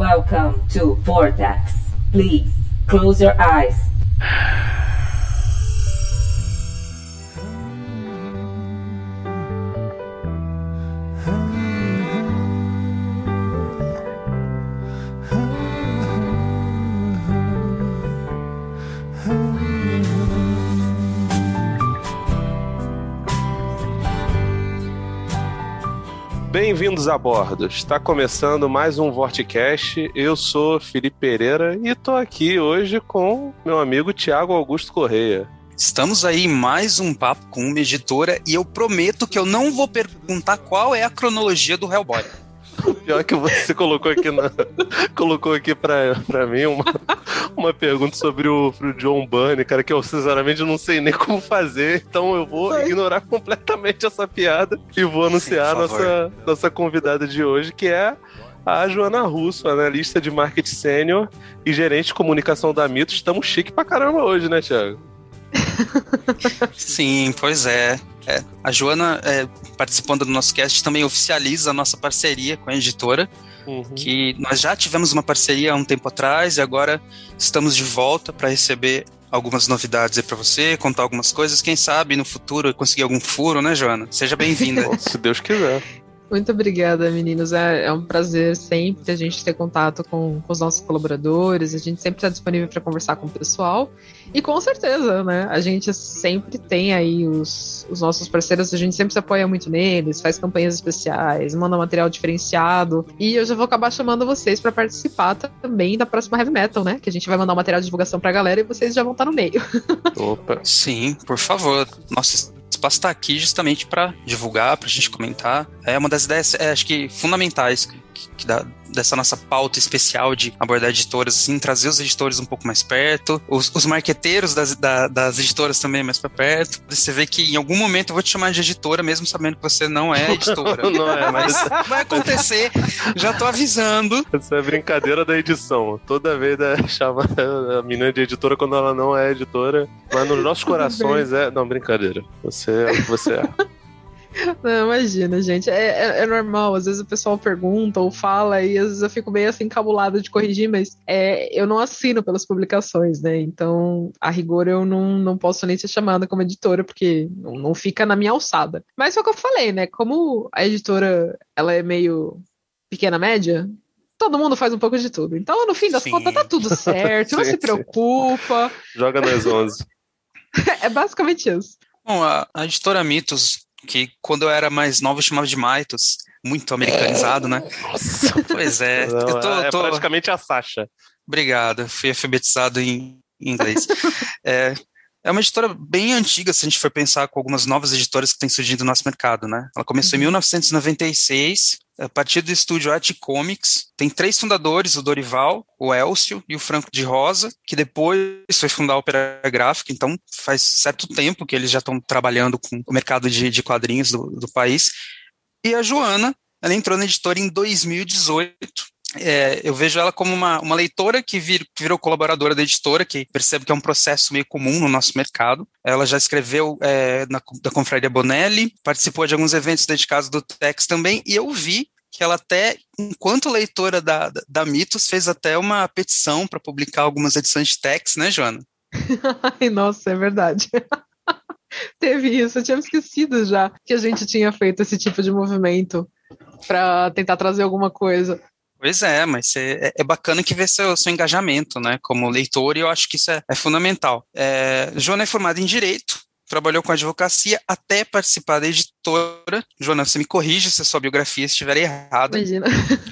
Welcome to Vortex. Please close your eyes. Bem-vindos a bordo. Está começando mais um Vorticast. Eu sou Felipe Pereira e estou aqui hoje com meu amigo Thiago Augusto Correia. Estamos aí em mais um papo com uma editora e eu prometo que eu não vou perguntar qual é a cronologia do Hellboy. O pior é que você colocou aqui pra mim uma pergunta sobre o John Byrne, cara, que eu sinceramente não sei nem como fazer, então eu vou ignorar completamente essa piada e vou anunciar a nossa convidada de hoje, que é a Joana Russo, analista de marketing sênior e gerente de comunicação da Mitos. Estamos chique pra caramba hoje, né, Thiago? Sim, pois é. A Joana, participando do nosso cast, também oficializa a nossa parceria com a editora, que nós já tivemos uma parceria há um tempo atrás e agora estamos de volta para receber algumas novidades aí para você, contar algumas coisas, quem sabe no futuro conseguir algum furo, né, Joana? Seja bem-vinda. Se Deus quiser. Muito obrigada, meninos. É um prazer sempre a gente ter contato com os nossos colaboradores. A gente sempre está disponível para conversar com o pessoal. E com certeza, né? A gente sempre tem aí os nossos parceiros, a gente sempre se apoia muito neles, faz campanhas especiais, manda material diferenciado. E eu já vou acabar chamando vocês para participar também da próxima Heavy Metal, né? Que a gente vai mandar um material de divulgação pra galera e vocês já vão estar no meio. Opa. Sim, por favor. Nossa, o espaço está aqui justamente para divulgar, para a gente comentar. É uma das ideias, acho que fundamentais dessa nossa pauta especial de abordar editoras, assim, trazer os editores um pouco mais perto, os marqueteiros das editoras também mais para perto. Você vê que em algum momento eu vou te chamar de editora, mesmo sabendo que você não é editora. Não é, mas vai acontecer, já tô avisando. Essa é brincadeira da edição. Toda vez chama a menina de editora quando ela não é editora, mas nos nossos corações é... Não, brincadeira. Você é. Não, imagina, gente, é normal, às vezes o pessoal pergunta ou fala e às vezes eu fico meio assim encabulada de corrigir, mas eu não assino pelas publicações, né, então a rigor eu não posso nem ser chamada como editora porque não fica na minha alçada, mas foi o que eu falei, né, como a editora ela é meio pequena média, todo mundo faz um pouco de tudo, então no fim das contas tá tudo certo, não se preocupa. Joga nas 11. É basicamente isso. Bom, a editora Mitos, que quando eu era mais nova eu chamava de Mitos, muito americanizado, né? Nossa. Pois é. Não, é praticamente a Sasha. Obrigado, fui alfabetizado em inglês. É uma editora bem antiga, se a gente for pensar com algumas novas editoras que têm surgido no nosso mercado, né? Ela começou em 1996, a partir do estúdio Art Comics. Tem 3 fundadores, o Dorival, o Elcio e o Franco de Rosa, que depois foi fundar a Opera Gráfica, então faz certo tempo que eles já estão trabalhando com o mercado de quadrinhos do país. E a Joana, ela entrou na editora em 2018, eu vejo ela como uma leitora que virou colaboradora da editora, que percebe que é um processo meio comum no nosso mercado. Ela já escreveu da Confraria Bonelli, participou de alguns eventos dedicados do Tex também, e eu vi que ela até, enquanto leitora da Mitos, fez até uma petição para publicar algumas edições de Tex, né, Joana? Ai, nossa, é verdade. Teve isso, eu tinha esquecido já que a gente tinha feito esse tipo de movimento para tentar trazer alguma coisa. Pois é, mas é bacana que vê seu engajamento, né, como leitor, e eu acho que isso é fundamental. Joana é formada em Direito, trabalhou com advocacia até participar da editora. Joana, você me corrige se a sua biografia estiver errada. Imagina.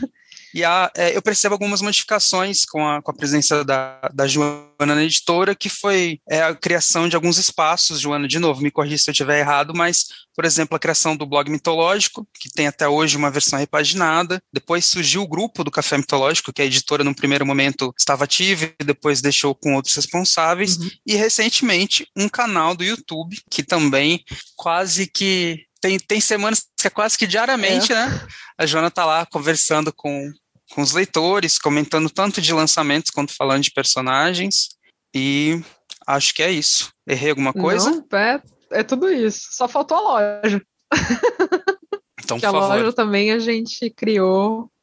E eu percebo algumas modificações com a presença da Joana na editora, que foi a criação de alguns espaços. Joana, de novo, me corrija se eu estiver errado, mas, por exemplo, a criação do blog mitológico, que tem até hoje uma versão repaginada. Depois surgiu o grupo do Café Mitológico, que a editora, num primeiro momento, estava ativa e depois deixou com outros responsáveis. E, recentemente, um canal do YouTube, que também quase que... Tem semanas que é quase que diariamente, né? A Joana tá lá conversando com os leitores, comentando tanto de lançamentos quanto falando de personagens. E acho que é isso. Errei alguma coisa? Não, é tudo isso. Só faltou a loja. Então, que por favor. A loja também a gente criou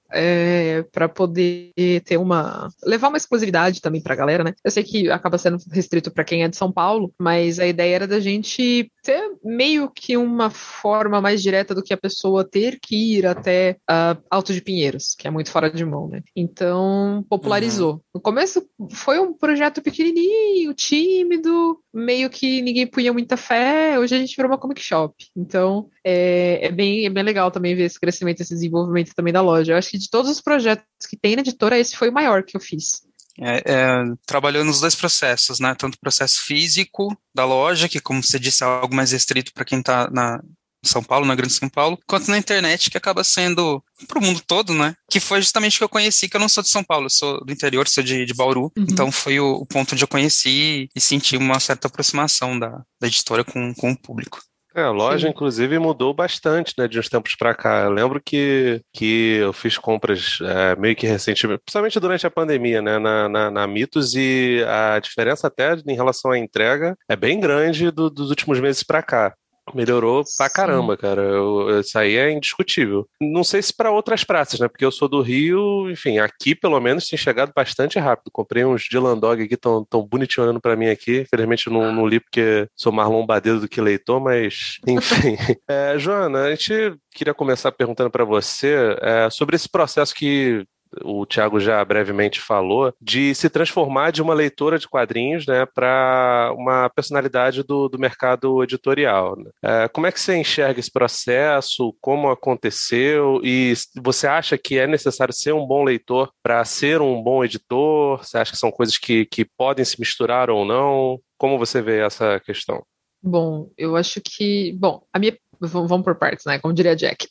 para poder levar uma exclusividade também pra galera, né? Eu sei que acaba sendo restrito para quem é de São Paulo, mas a ideia era da gente ter meio que uma forma mais direta do que a pessoa ter que ir até Alto de Pinheiros, que é muito fora de mão, né? Então, popularizou. No começo foi um projeto pequenininho, tímido, meio que ninguém punha muita fé. Hoje a gente virou uma comic shop. Então, é bem legal também ver esse crescimento, esse desenvolvimento também da loja. Eu acho que de todos os projetos que tem na editora, esse foi o maior que eu fiz. Trabalhou nos dois processos, né? Tanto o processo físico da loja, que, como você disse, é algo mais restrito para quem está em São Paulo, na Grande São Paulo, quanto na internet, que acaba sendo para o mundo todo, né? Que foi justamente o que eu conheci, que eu não sou de São Paulo, eu sou do interior, sou de Bauru. Então foi o ponto onde eu conheci e senti uma certa aproximação da editora com o público. A loja, Sim. inclusive, mudou bastante, né, de uns tempos para cá. Eu lembro que eu fiz compras meio que recentemente, principalmente durante a pandemia, né, na Mitos, e a diferença até em relação à entrega é bem grande dos últimos meses para cá. Melhorou pra caramba, cara. Isso aí é indiscutível. Não sei se para outras praças, né? Porque eu sou do Rio, enfim, aqui pelo menos tem chegado bastante rápido. Comprei uns Dylan Dog aqui, tão bonitinho olhando pra mim aqui. Infelizmente eu não li porque sou mais lombadeiro do que leitor, mas enfim. Joana, a gente queria começar perguntando pra você sobre esse processo que o Thiago já brevemente falou, de se transformar de uma leitora de quadrinhos, né, para uma personalidade do mercado editorial, né? Como é que você enxerga esse processo? Como aconteceu? E você acha que é necessário ser um bom leitor para ser um bom editor? Você acha que são coisas que podem se misturar ou não? Como você vê essa questão? Bom, eu acho que... Bom, vamos por partes, né? Como diria Jack.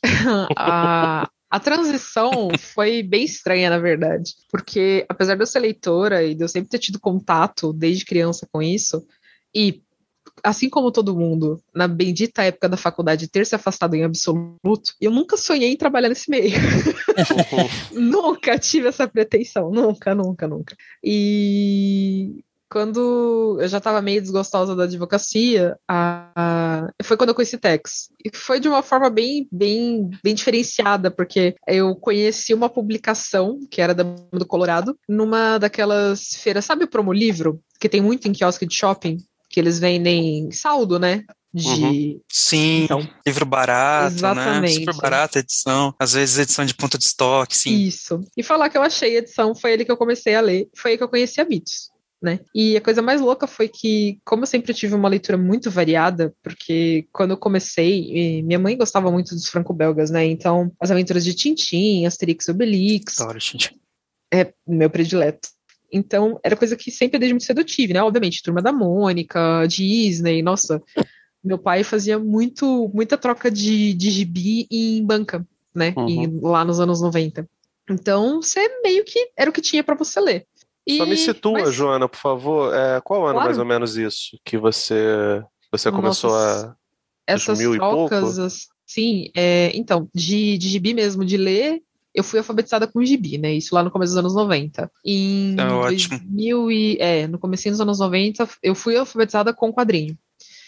A transição foi bem estranha, na verdade, porque apesar de eu ser leitora e de eu sempre ter tido contato desde criança com isso, e assim como todo mundo, na bendita época da faculdade, ter se afastado em absoluto, eu nunca sonhei em trabalhar nesse meio. Nunca tive essa pretensão, nunca. E quando eu já estava meio desgostosa da advocacia, foi quando eu conheci Tex. E foi de uma forma bem diferenciada, porque eu conheci uma publicação, que era do Colorado, numa daquelas feiras, sabe o Promo Livro? Que tem muito em quiosque de shopping, que eles vendem saldo, né? Sim, então, livro barato, exatamente. Né? Super barata a edição, às vezes edição de ponta de estoque, sim. Isso. E falar que eu achei a edição, foi ele que eu comecei a ler, foi aí que eu conheci a Mitos. Né? E a coisa mais louca foi que, como eu sempre tive uma leitura muito variada, porque quando eu comecei, minha mãe gostava muito dos franco-belgas, né? Então, as aventuras de Tintin, Asterix e Obelix, Adoro, Tintin. É meu predileto. Então, era coisa que sempre desde muito cedo eu tive, né? Obviamente, Turma da Mônica, Disney, nossa, meu pai fazia muita troca de gibi em banca, né? Lá nos anos 90. Então, você meio que era o que tinha para você ler. Só me situa, Joana, por favor. Qual ano mais ou menos isso que você começou essas mil trocas, e pouco? assim, então, de gibi mesmo, de ler, eu fui alfabetizada com gibi, né? Isso lá no começo dos anos 90. Em 2000 no comecinho dos anos 90, eu fui alfabetizada com quadrinho.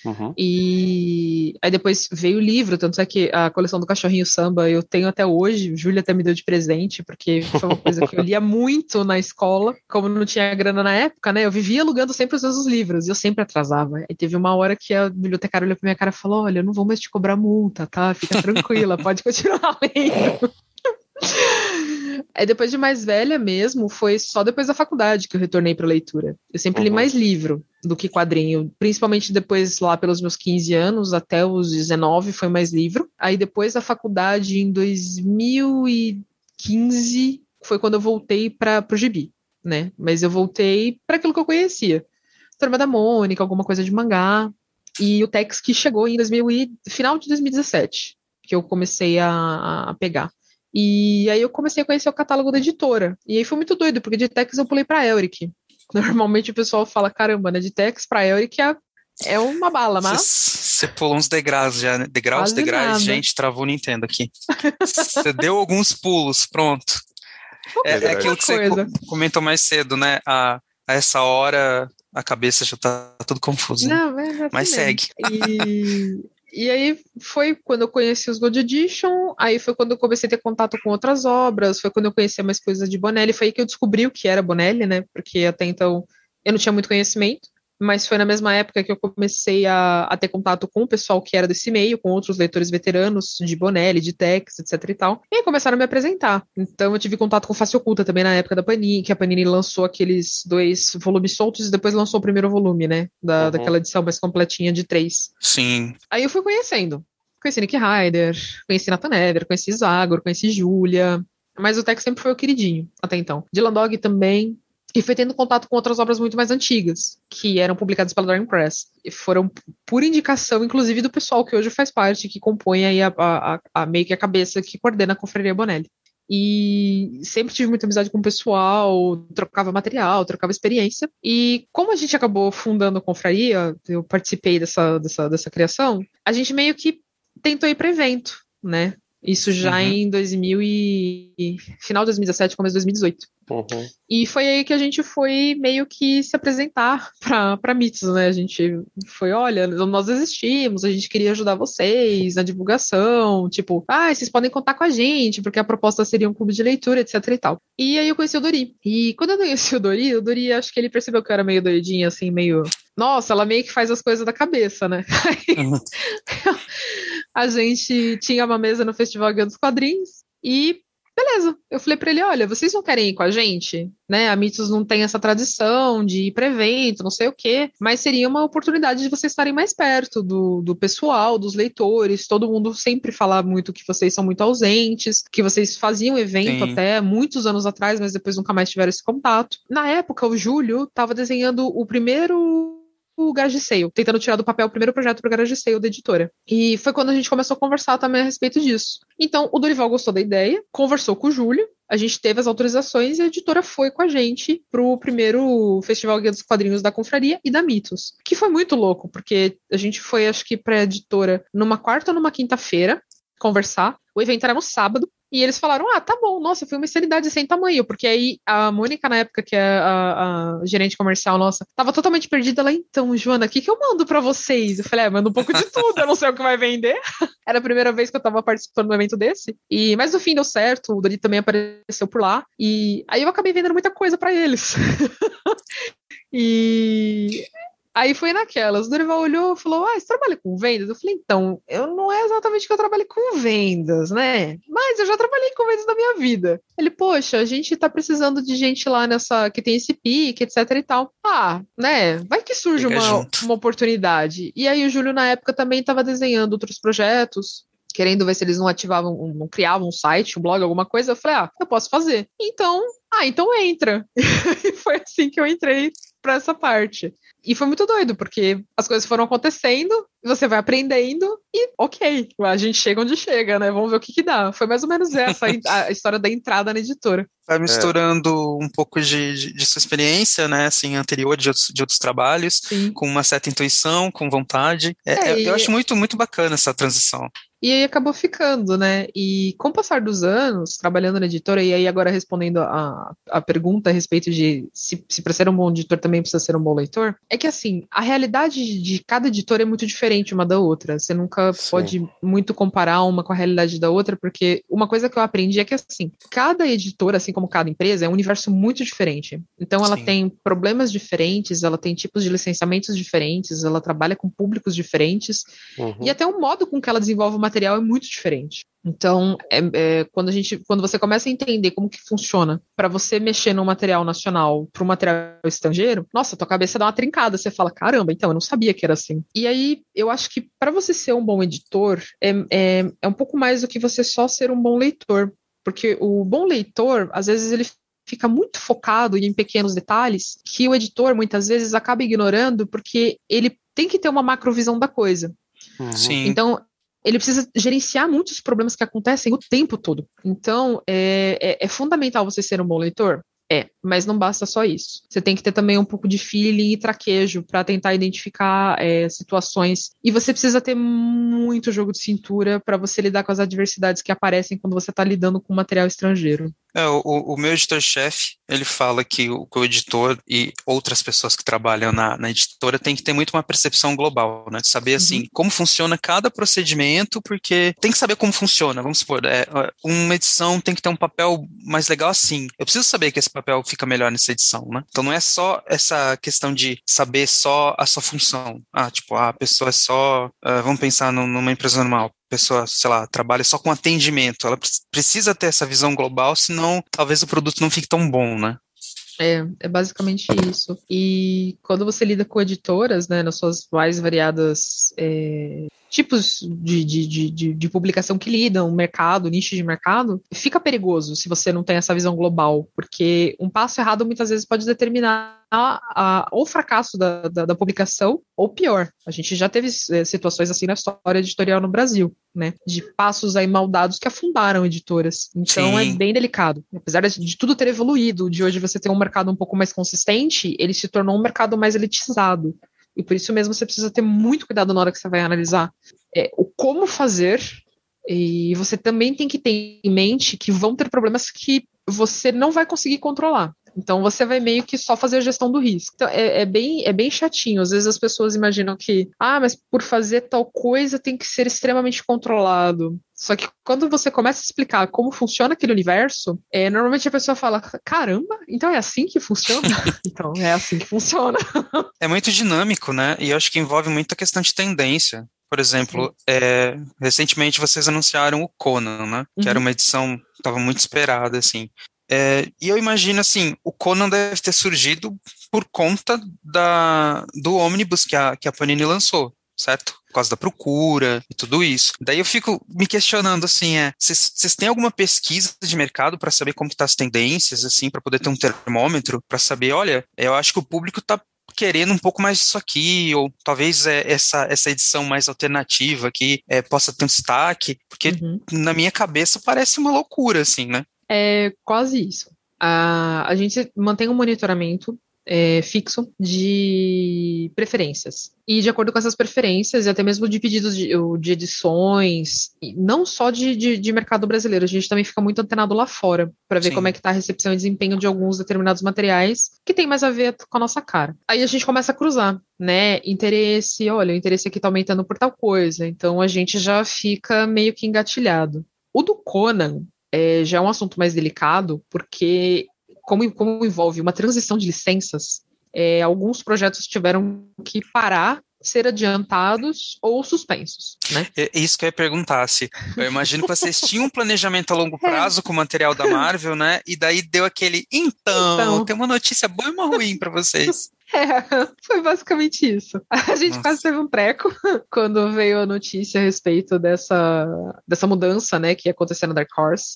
E aí depois veio o livro, tanto é que a coleção do Cachorrinho Samba eu tenho até hoje, Júlia até me deu de presente, porque foi uma coisa que eu lia muito na escola, como não tinha grana na época, né, eu vivia alugando sempre os mesmos livros, e eu sempre atrasava, e teve uma hora que a bibliotecária olhou pra minha cara e falou, olha, eu não vou mais te cobrar multa, tá, fica tranquila, pode continuar lendo. Aí depois de mais velha mesmo, foi só depois da faculdade que eu retornei para leitura. Eu sempre li mais livro do que quadrinho, principalmente depois lá pelos meus 15 anos até os 19 foi mais livro. Aí depois da faculdade em 2015 foi quando eu voltei para o gibi, né? Mas eu voltei para aquilo que eu conhecia. Turma da Mônica, alguma coisa de mangá. E o Tex que chegou em final de 2017, que eu comecei a pegar. E aí eu comecei a conhecer o catálogo da editora. E aí foi muito doido, porque de Tex eu pulei pra Elric. Normalmente o pessoal fala, caramba, né? De Tex pra Elric é uma bala, mas... Você pulou uns degraus já, né? Degraus, gente, travou o Nintendo aqui. Você deu alguns pulos, pronto. É aquilo que você comentou mais cedo, né? A essa hora a cabeça já tá tudo confusa. Não, mas assim segue. E aí foi quando eu conheci os Gold Edition, aí foi quando eu comecei a ter contato com outras obras, foi quando eu conheci mais coisas de Bonelli, foi aí que eu descobri o que era Bonelli, né? Porque até então eu não tinha muito conhecimento. Mas foi na mesma época que eu comecei a ter contato com o pessoal que era desse meio, com outros leitores veteranos de Bonelli, de Tex, etc e tal. E aí começaram a me apresentar. Então eu tive contato com Face Oculta também na época da Panini, que a Panini lançou aqueles 2 volumes soltos e depois lançou o primeiro volume, né? Daquela edição mais completinha de 3. Sim. Aí eu fui conhecendo. Conheci Nick Ryder, conheci Nathan Ever, conheci Zagor, conheci Julia. Mas o Tex sempre foi o queridinho, até então. Dylan Dog também. E foi tendo contato com outras obras muito mais antigas, que eram publicadas pela Dragon Press. E foram por indicação, inclusive, do pessoal que hoje faz parte, que compõe aí a meio que a cabeça que coordena a Confraria Bonelli. E sempre tive muita amizade com o pessoal, trocava material, trocava experiência. E como a gente acabou fundando a Confraria, eu participei dessa criação, a gente meio que tentou ir para evento, né? Isso já em final de 2017, começo de 2018. E foi aí que a gente foi meio que se apresentar para Mitos, né? A gente foi, olha, nós existimos, a gente queria ajudar vocês na divulgação, tipo, vocês podem contar com a gente, porque a proposta seria um clube de leitura, etc e tal. E aí eu conheci o Dori. E quando eu conheci o Dori, acho que ele percebeu que eu era meio doidinha, assim, meio... Nossa, ela meio que faz as coisas da cabeça, né? A gente tinha uma mesa no Festival Guia dos Quadrinhos e beleza, eu falei pra ele, olha, vocês não querem ir com a gente? Né? A Mitos não tem essa tradição de ir para evento, não sei o quê, mas seria uma oportunidade de vocês estarem mais perto do pessoal, dos leitores, todo mundo sempre fala muito que vocês são muito ausentes, que vocês faziam evento até muitos anos atrás, mas depois nunca mais tiveram esse contato. Na época, o Júlio estava desenhando o Garage Sale, tentando tirar do papel o primeiro projeto pro Garage Sale da editora. E foi quando a gente começou a conversar também a respeito disso. Então, o Dorival gostou da ideia, conversou com o Júlio, a gente teve as autorizações e a editora foi com a gente pro primeiro Festival Guia dos Quadrinhos da Confraria e da Mitos, que foi muito louco, porque a gente foi, acho que, pra editora numa quarta ou numa quinta-feira conversar. O evento era no sábado. E eles falaram, tá bom, nossa, foi uma insanidade sem tamanho, porque aí a Mônica, na época, que é a gerente comercial nossa, tava totalmente perdida lá, então, Joana, o que eu mando pra vocês? Eu falei, manda um pouco de tudo, eu não sei o que vai vender. Era a primeira vez que eu tava participando de um evento desse, mas no fim deu certo, o Dori também apareceu por lá, e aí eu acabei vendendo muita coisa pra eles. E... Aí foi naquelas, o Dorival olhou e falou, você trabalha com vendas? Eu falei, então, eu não é exatamente que eu trabalho com vendas, né? Mas eu já trabalhei com vendas na minha vida. Ele, poxa, a gente tá precisando de gente lá que tem esse pique, etc e tal. Né? Vai que surge uma oportunidade. E aí o Júlio, na época, também tava desenhando outros projetos, querendo ver se eles não criavam um site, um blog, alguma coisa. Eu falei, eu posso fazer. Então entra. E foi assim que eu entrei pra essa parte. E foi muito doido, porque as coisas foram acontecendo, você vai aprendendo e ok, a gente chega onde chega, né? Vamos ver o que dá. Foi mais ou menos essa a história da entrada na editora. Vai misturando um pouco de sua experiência, né, assim, anterior de outros trabalhos, com uma certa intuição, com vontade. Eu acho muito, muito bacana essa transição. E aí acabou ficando, né? E com o passar dos anos, trabalhando na editora, e aí agora respondendo a pergunta a respeito de se para ser um bom editor também precisa ser um bom leitor, é que assim, a realidade de cada editora é muito diferente uma da outra. Você nunca pode muito comparar uma com a realidade da outra, porque uma coisa que eu aprendi é que assim, cada editora, assim como cada empresa, é um universo muito diferente. Então ela tem problemas diferentes, ela tem tipos de licenciamentos diferentes, ela trabalha com públicos diferentes, e até o modo com que ela desenvolve o material é muito diferente. Então, quando você começa a entender como que funciona para você mexer no material nacional para um material estrangeiro, nossa, tua cabeça dá uma trincada, você fala, caramba, então eu não sabia que era assim. E aí, eu acho que para você ser um bom editor, é um pouco mais do que você só ser um bom leitor, porque o bom leitor, às vezes ele fica muito focado em pequenos detalhes que o editor, muitas vezes, acaba ignorando porque ele tem que ter uma macrovisão da coisa. Sim. Então, ele precisa gerenciar muitos problemas que acontecem o tempo todo. Então, é fundamental você ser um bom leitor? Mas não basta só isso. Você tem que ter também um pouco de feeling e traquejo para tentar identificar situações. E você precisa ter muito jogo de cintura para você lidar com as adversidades que aparecem quando você está lidando com material estrangeiro. O meu editor-chefe, ele fala que o editor e outras pessoas que trabalham na editora tem que ter muito uma percepção global, né? De saber, assim, como funciona cada procedimento, porque tem que saber como funciona. Vamos supor, uma edição tem que ter um papel mais legal assim. Eu preciso saber que esse papel fica melhor nessa edição, né? Então não é só essa questão de saber só a sua função. A pessoa é só... vamos pensar numa empresa normal. Pessoa, sei lá, trabalha só com atendimento, ela precisa ter essa visão global, senão talvez o produto não fique tão bom, né? É basicamente isso. E quando você lida com editoras, né, nas suas mais variadas tipos de publicação que lidam, mercado, nicho de mercado, fica perigoso se você não tem essa visão global, porque um passo errado muitas vezes pode determinar ou o fracasso da publicação, ou pior. A gente já teve situações assim na história editorial no Brasil, né? De passos aí mal dados que afundaram editoras. Então Sim. é bem delicado. Apesar de tudo ter evoluído, de hoje você ter um mercado um pouco mais consistente, ele se tornou um mercado mais elitizado. E por isso mesmo você precisa ter muito cuidado na hora que você vai analisar o como fazer. E você também tem que ter em mente que vão ter problemas que você não vai conseguir controlar. Então você vai meio que só fazer a gestão do risco. Então é bem chatinho. Às vezes as pessoas imaginam que, mas por fazer tal coisa tem que ser extremamente controlado. Só que quando você começa a explicar como funciona aquele universo, normalmente a pessoa fala, caramba, então é assim que funciona? Então é assim que funciona. É muito dinâmico, né? E eu acho que envolve muita questão de tendência. Por exemplo, recentemente vocês anunciaram o Conan, né? Que era uma edição que estava muito esperada, assim. E eu imagino, assim, o Conan deve ter surgido por conta do ônibus que a Panini lançou, certo? Por causa da procura e tudo isso. Daí eu fico me questionando, assim, vocês têm alguma pesquisa de mercado para saber como que tá as tendências, assim, para poder ter um termômetro, para saber, olha, eu acho que o público tá querendo um pouco mais disso aqui, ou talvez essa edição mais alternativa aqui possa ter um destaque, porque na minha cabeça parece uma loucura, assim, né? É quase isso. A gente mantém um monitoramento fixo de preferências. E de acordo com essas preferências, e até mesmo de pedidos de edições, e não só de mercado brasileiro, a gente também fica muito antenado lá fora, para ver como é que está a recepção e desempenho de alguns determinados materiais que tem mais a ver com a nossa cara. Aí a gente começa a cruzar, né? Interesse, olha, o interesse aqui está aumentando por tal coisa, então a gente já fica meio que engatilhado. O do Conan já é um assunto mais delicado, porque como envolve uma transição de licenças, alguns projetos tiveram que parar, ser adiantados ou suspensos, né? Isso que eu ia perguntar, se eu imagino que vocês tinham um planejamento a longo prazo com o material da Marvel, né? E daí deu aquele, então tem uma notícia boa e uma ruim para vocês. Foi basicamente isso. A gente quase teve um treco quando veio a notícia a respeito dessa mudança, né, que ia acontecer na Dark Horse.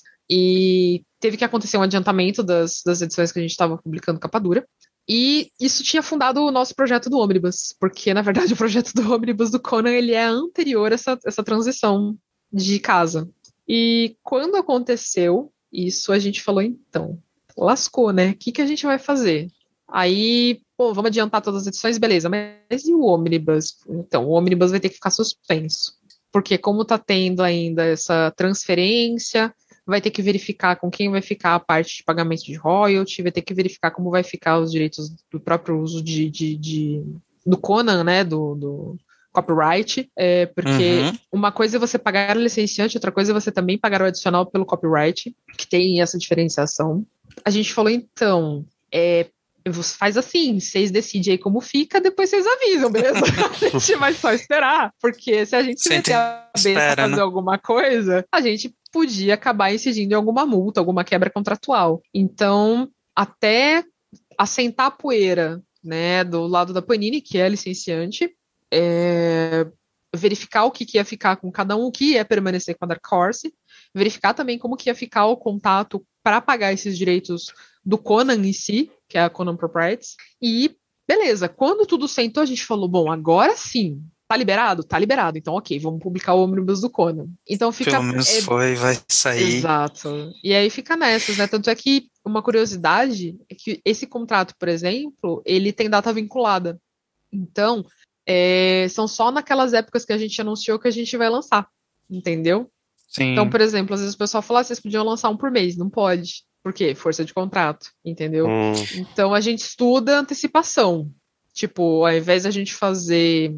E teve que acontecer um adiantamento das edições que a gente estava publicando capa dura. E isso tinha fundado o nosso projeto do Omnibus, porque, na verdade, o projeto do Omnibus do Conan, ele é anterior a essa transição de casa. E quando aconteceu isso, a gente falou, então, lascou, né? O que a gente vai fazer? Aí, vamos adiantar todas as edições, beleza, mas e o Omnibus? Então, o Omnibus vai ter que ficar suspenso, porque como tá tendo ainda essa transferência, vai ter que verificar com quem vai ficar a parte de pagamento de royalty, vai ter que verificar como vai ficar os direitos do próprio uso do Conan, né, do copyright, porque uma coisa é você pagar o licenciante, outra coisa é você também pagar o adicional pelo copyright, que tem essa diferenciação. A gente falou, então, você faz assim, vocês decidem aí como fica, depois vocês avisam, beleza? A gente vai só esperar, porque se a gente meter a cabeça fazer alguma coisa, a gente podia acabar incidindo em alguma multa, alguma quebra contratual. Então, até assentar a poeira, né, do lado da Panini, que é a licenciante, verificar o que ia ficar com cada um, o que ia permanecer com a Dark Horse, verificar também como que ia ficar o contato para pagar esses direitos do Conan em si, que é a Conan Proprietary, e beleza, quando tudo sentou, a gente falou, bom, agora sim, tá liberado? Tá liberado, então ok, vamos publicar o Omnibus do Conan. Então fica... Pelo menos vai sair. Exato. E aí fica nessas, né, tanto é que uma curiosidade é que esse contrato, por exemplo, ele tem data vinculada. Então, são só naquelas épocas que a gente anunciou que a gente vai lançar, entendeu? Sim. Então, por exemplo, às vezes o pessoal fala, vocês podiam lançar um por mês, não pode. Por quê? Força de contrato, entendeu? Hum. Então a gente estuda antecipação. Tipo, ao invés da gente fazer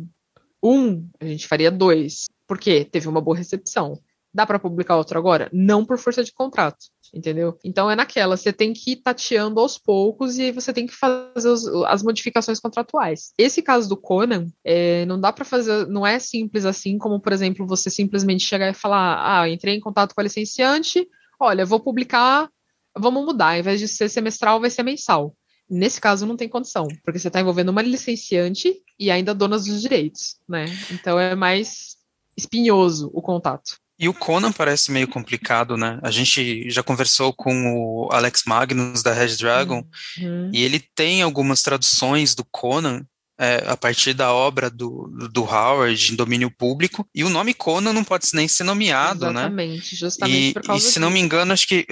a gente faria 2. Por quê? Teve uma boa recepção. Dá para publicar outro agora? Não por força de contrato, entendeu? Então é naquela, você tem que ir tateando aos poucos e aí você tem que fazer as modificações contratuais. Esse caso do Conan, não dá para fazer, não é simples assim, como, por exemplo, você simplesmente chegar e falar, entrei em contato com a licenciante, olha, vou publicar, vamos mudar, ao invés de ser semestral, vai ser mensal. Nesse caso não tem condição, porque você está envolvendo uma licenciante e ainda donas dos direitos, né? Então é mais espinhoso o contato. E o Conan parece meio complicado, né? A gente já conversou com o Alex Magnus, da Red Dragon, e ele tem algumas traduções do Conan a partir da obra do Howard em domínio público, e o nome Conan não pode nem ser nomeado, Exatamente, né? Justamente por causa disso. E se não me engano, acho que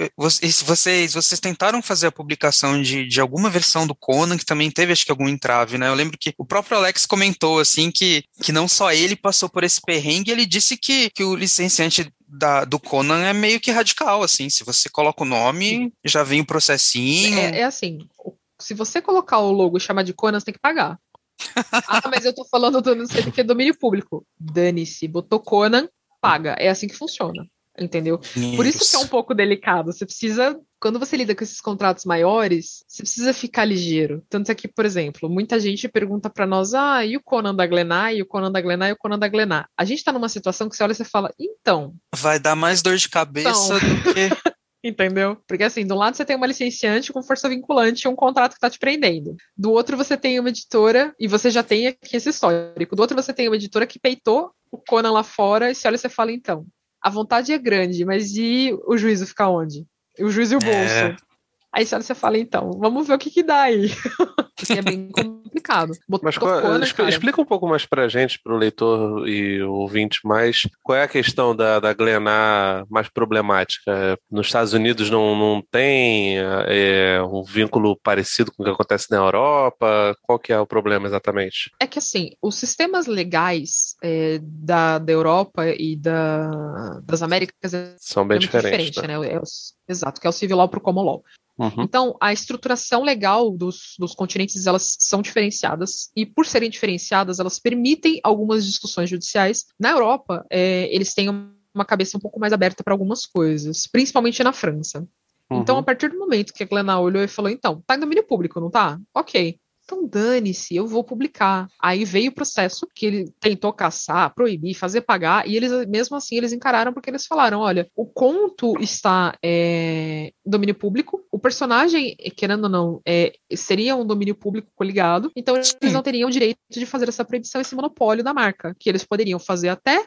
vocês tentaram fazer a publicação de alguma versão do Conan, que também teve, acho que, algum entrave, né? Eu lembro que o próprio Alex comentou, assim, que não só ele passou por esse perrengue, ele disse que o licenciante do Conan é meio que radical, assim, se você coloca o nome, já vem o processinho. É assim, se você colocar o logo e chamar de Conan, você tem que pagar. Mas eu tô falando do não sei do que é domínio público. Dane-se, botou Conan, paga. É assim que funciona, entendeu? Por isso que é um pouco delicado. Você precisa, quando você lida com esses contratos maiores, você precisa ficar ligeiro. Tanto é que, por exemplo, muita gente pergunta pra nós, e o Conan da Glennar, e o Conan da Glennar, e o Conan da Glennar. A gente tá numa situação que você olha e você fala, então... Vai dar mais dor de cabeça do que... Entendeu? Porque assim, de um lado você tem uma licenciante com força vinculante e um contrato que tá te prendendo. Do outro você tem uma editora, e você já tem aqui esse histórico. Do outro você tem uma editora que peitou o Conan lá fora, e você olha e você fala, então, a vontade é grande, mas e o juízo fica onde? O juízo e o bolso? Aí você olha e você fala, então, vvamos ver o que dá aí. Porque é bem complicado. Mas Conan, explica um pouco mais pra gente, pro leitor e ouvinte mais, qual é a questão da Glennar mais problemática? Nos Estados Unidos não tem um vínculo parecido com o que acontece na Europa? Qual que é o problema exatamente? É que assim, os sistemas legais da Europa e das Américas são bem diferentes, né? Exato, que é o Civil Law pro Common Law. Uhum. Então, a estruturação legal dos continentes, elas são diferenciadas, e por serem diferenciadas, elas permitem algumas discussões judiciais. Na Europa, eles têm uma cabeça um pouco mais aberta para algumas coisas, principalmente na França. Uhum. Então, a partir do momento que a Glennar olhou e falou, então, tá em domínio público, não tá? Ok. Então dane-se, eu vou publicar. Aí veio o processo que ele tentou caçar, proibir, fazer pagar, e eles, mesmo assim, eles encararam porque eles falaram, olha, o conto está em domínio público, o personagem, querendo ou não, seria um domínio público coligado, então eles não teriam direito de fazer essa proibição, esse monopólio da marca, que eles poderiam fazer até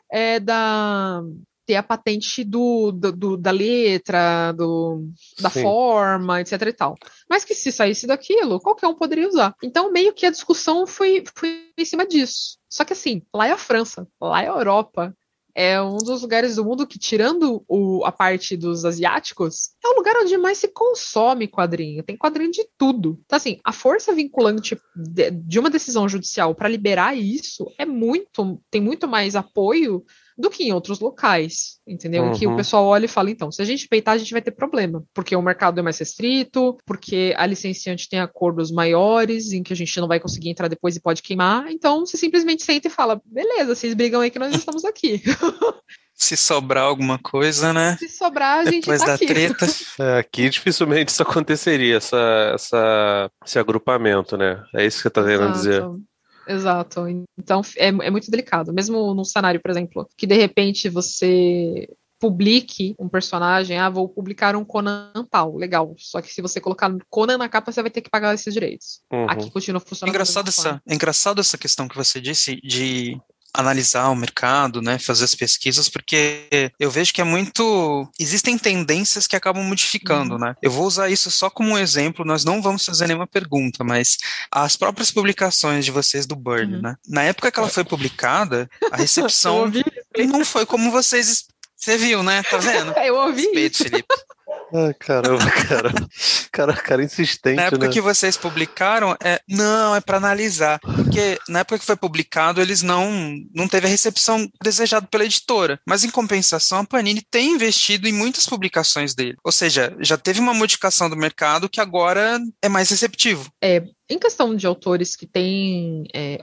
ter a patente da letra, da forma, etc e tal. Mas que se saísse daquilo, qualquer um poderia usar. Então, meio que a discussão foi em cima disso. Só que assim, lá é a França, lá é a Europa, é um dos lugares do mundo que, tirando a parte dos asiáticos, é o lugar onde mais se consome quadrinho. Tem quadrinho de tudo. Então, assim, a força vinculante de uma decisão judicial para liberar isso tem muito mais apoio do que em outros locais, entendeu? Em que o pessoal olha e fala, então, se a gente peitar, a gente vai ter problema, porque o mercado é mais restrito, porque a licenciante tem acordos maiores, em que a gente não vai conseguir entrar depois e pode queimar, então você simplesmente senta e fala, beleza, vocês brigam aí que nós estamos aqui. Se sobrar alguma coisa, né? Se sobrar, a gente depois tá da aqui. treta. Aqui dificilmente isso aconteceria, esse agrupamento, né? É isso que você tá querendo dizer. Exato. Então é muito delicado. Mesmo num cenário, por exemplo, que de repente você publique um personagem, vou publicar um Conan tal, legal. Só que se você colocar Conan na capa, você vai ter que pagar esses direitos. Aqui continua funcionando. É engraçado essa questão que você disse de analisar o mercado, né, fazer as pesquisas, porque eu vejo que existem tendências que acabam modificando, né? Eu vou usar isso só como um exemplo, nós não vamos fazer nenhuma pergunta, mas as próprias publicações de vocês do Burn, né? Na época que ela foi publicada, a recepção não foi como você viu, né? Tá vendo? Eu ouvi Respeito, isso. Felipe. Caramba, cara. Cara insistente, Na época né? que vocês publicaram, não, é para analisar. Porque na época que foi publicado, eles não teve a recepção desejada pela editora. Mas, em compensação, a Panini tem investido em muitas publicações dele. Ou seja, já teve uma modificação do mercado que agora é mais receptivo. Em questão de autores que têm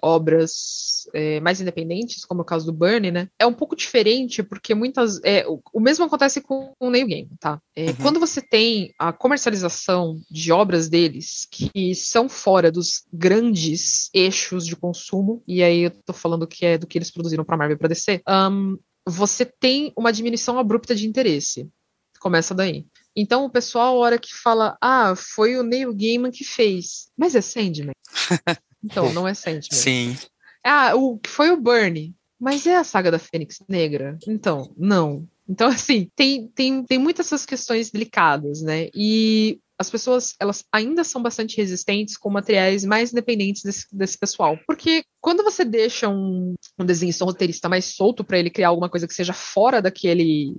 obras mais independentes, como é o caso do Byrne, né? É um pouco diferente, porque o mesmo acontece com o Neil Gaiman, tá? Quando você tem a comercialização de obras deles que são fora dos grandes eixos de consumo, e aí eu tô falando que é do que eles produziram pra Marvel e pra DC, você tem uma diminuição abrupta de interesse. Começa daí. Então o pessoal, a hora que fala, foi o Neil Gaiman que fez. Mas é Sandman? Então, não é Sandman. Sim. O que foi o Byrne? Mas é a saga da Fênix Negra? Então, não. Então, assim, tem muitas essas questões delicadas, né? E as pessoas, elas ainda são bastante resistentes com materiais mais independentes desse pessoal. Porque quando você deixa um desenhista, um roteirista mais solto para ele criar alguma coisa que seja fora daquela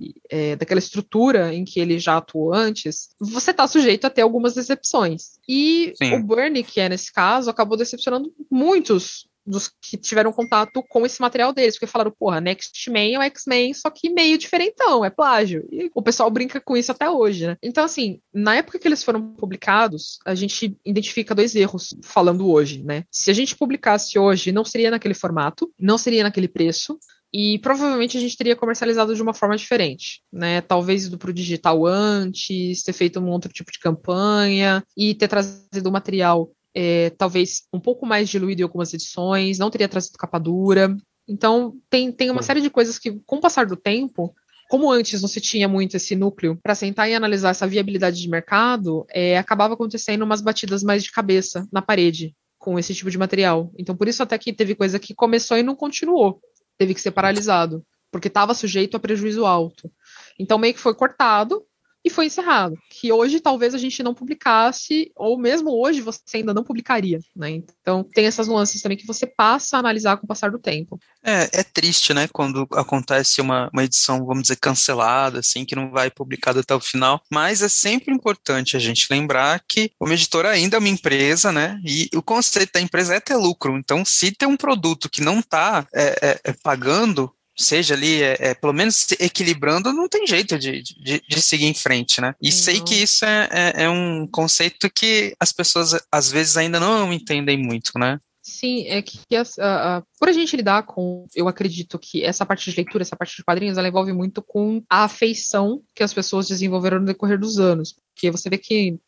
estrutura em que ele já atuou antes, você tá sujeito a ter algumas decepções. E Sim. o Byrne, que é nesse caso, acabou decepcionando muitos dos que tiveram contato com esse material deles, porque falaram, porra, Next Man é o X-Men, só que meio diferentão, é plágio. E o pessoal brinca com isso até hoje, né? Então, assim, na época que eles foram publicados, a gente identifica dois erros, falando hoje, né? Se a gente publicasse hoje, não seria naquele formato, não seria naquele preço, e provavelmente a gente teria comercializado de uma forma diferente, né? Talvez ido para o digital antes, ter feito um outro tipo de campanha, e ter trazido o material talvez um pouco mais diluído em algumas edições, não teria trazido capa dura. Então, tem uma série de coisas que, com o passar do tempo, como antes não se tinha muito esse núcleo para sentar e analisar essa viabilidade de mercado, acabava acontecendo umas batidas mais de cabeça na parede com esse tipo de material. Então, por isso até que teve coisa que começou e não continuou. Teve que ser paralisado, porque estava sujeito a prejuízo alto. Então, meio que foi cortado e foi encerrado. Que hoje talvez a gente não publicasse, ou mesmo hoje você ainda não publicaria, né? Então tem essas nuances também que você passa a analisar com o passar do tempo. É triste, né, quando acontece uma edição, vamos dizer, cancelada, assim, que não vai publicada até o final, mas é sempre importante a gente lembrar que uma editora ainda é uma empresa, né, e o conceito da empresa é ter lucro. Então, se tem um produto que não está pagando, seja ali, pelo menos equilibrando, não tem jeito de seguir em frente, né? E sei que isso é um conceito que as pessoas, às vezes, ainda não entendem muito, né? Sim, é que por a gente lidar com, eu acredito que essa parte de leitura, essa parte de quadrinhos, ela envolve muito com a afeição que as pessoas desenvolveram no decorrer dos anos. Porque você vê que,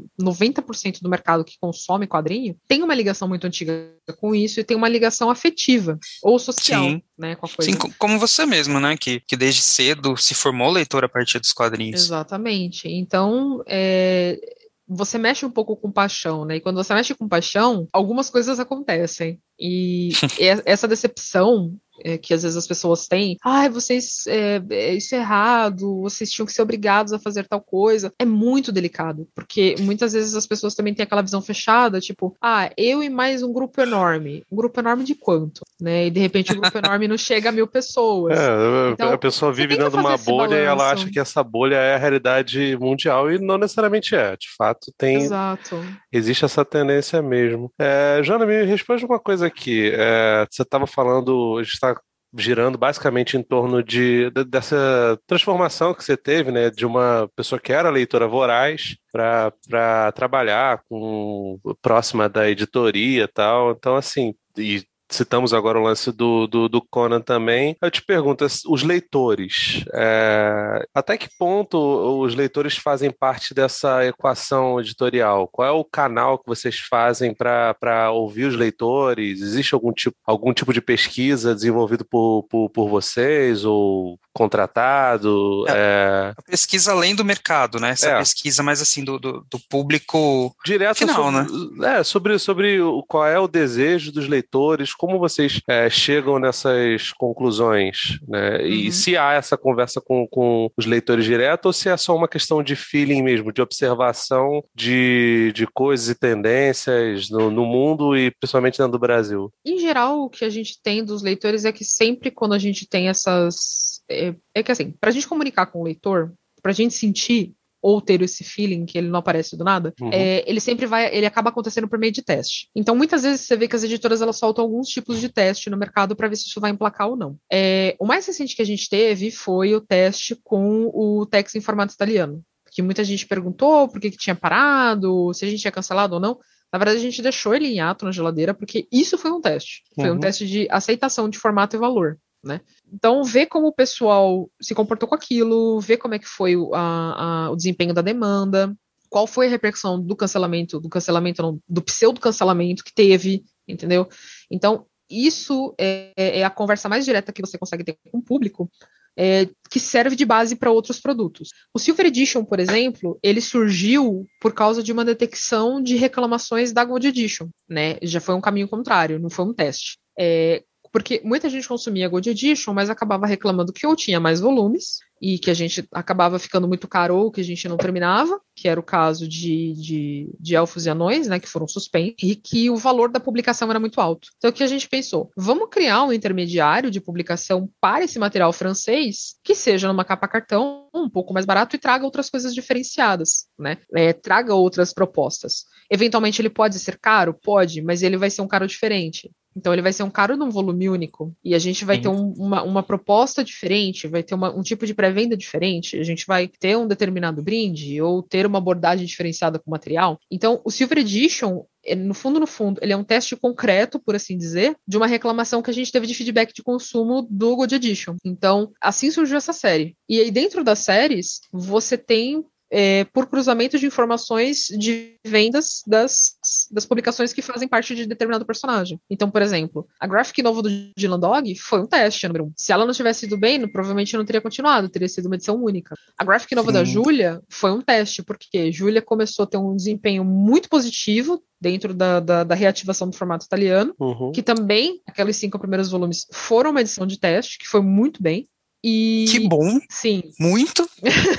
90% do mercado que consome quadrinho tem uma ligação muito antiga com isso e tem uma ligação afetiva ou social, Sim. né, com a coisa. Sim, como você mesmo, né, que desde cedo se formou leitor a partir dos quadrinhos. Exatamente. Então, você mexe um pouco com paixão, né? E quando você mexe com paixão, algumas coisas acontecem. E essa decepção que às vezes as pessoas têm, vocês, isso é errado, vocês tinham que ser obrigados a fazer tal coisa, é muito delicado, porque muitas vezes as pessoas também têm aquela visão fechada, tipo, eu e mais um grupo enorme de quanto? Né? E de repente o grupo enorme não chega a 1.000 pessoas. Então, a pessoa vive dentro de uma bolha e ela acha que essa bolha é a realidade mundial e não necessariamente é, de fato Exato. Existe essa tendência mesmo. Joana, me responde uma coisa aqui. Você estava falando, a gente está girando basicamente em torno dessa transformação que você teve, né, de uma pessoa que era leitora voraz para trabalhar próxima da editoria e tal. Então, assim, e citamos agora o lance do Conan também. Eu te pergunto, os leitores, até que ponto os leitores fazem parte dessa equação editorial? Qual é o canal que vocês fazem para ouvir os leitores? Existe algum tipo de pesquisa desenvolvido por vocês ou contratado? A pesquisa além do mercado, né? Essa pesquisa mais assim do público direto final, né? Sobre qual é o desejo dos leitores, como vocês chegam nessas conclusões, né? E se há essa conversa com os leitores direto ou se é só uma questão de feeling mesmo, de observação de coisas e tendências no mundo e principalmente dentro do Brasil? Em geral, o que a gente tem dos leitores é que sempre quando a gente tem essas... É que assim, pra gente comunicar com o leitor, pra gente sentir ou ter esse feeling que ele não aparece do nada, ele acaba acontecendo por meio de teste. Então, muitas vezes você vê que as editoras elas soltam alguns tipos de teste no mercado para ver se isso vai emplacar ou não. O mais recente que a gente teve foi o teste com o Tex em formato italiano, que muita gente perguntou por que tinha parado, se a gente tinha cancelado ou não. Na verdade, a gente deixou ele em ato na geladeira, porque isso foi um teste. Foi um teste de aceitação de formato e valor, né? Então, ver como o pessoal se comportou com aquilo, ver como é que foi o desempenho da demanda, qual foi a repercussão do cancelamento não, do pseudo-cancelamento que teve, entendeu? Então, isso é a conversa mais direta que você consegue ter com o público, que serve de base para outros produtos. O Silver Edition, por exemplo, ele surgiu por causa de uma detecção de reclamações da Gold Edition, né? Já foi um caminho contrário, não foi um teste. Porque muita gente consumia Gold Edition, mas acabava reclamando que ou tinha mais volumes, e que a gente acabava ficando muito caro ou que a gente não terminava, que era o caso de Elfos e Anões, né, que foram suspensos, e que o valor da publicação era muito alto. Então o que a gente pensou? Vamos criar um intermediário de publicação para esse material francês, que seja numa capa cartão, um pouco mais barato e traga outras coisas diferenciadas, né? Traga outras propostas. Eventualmente ele pode ser caro? Pode, mas ele vai ser um caro diferente. Então ele vai ser um caro num volume único, e a gente vai ter uma proposta diferente, vai ter um tipo de pré-venda diferente, a gente vai ter um determinado brinde, ou ter uma abordagem diferenciada com o material. Então o Silver Edition, no fundo, ele é um teste concreto, por assim dizer, de uma reclamação que a gente teve de feedback de consumo do Gold Edition. Então, assim surgiu essa série. E aí dentro das séries, você tem por cruzamento de informações de vendas das publicações que fazem parte de determinado personagem. Então, por exemplo, a graphic novel do Dylan Dog foi um teste, número 1. Se ela não tivesse ido bem, provavelmente não teria continuado, teria sido uma edição única. A graphic novel da Júlia foi um teste, porque Júlia começou a ter um desempenho muito positivo dentro da reativação do formato italiano, que também, aqueles 5 primeiros volumes foram uma edição de teste, que foi muito bem. Que bom! Sim. Muito!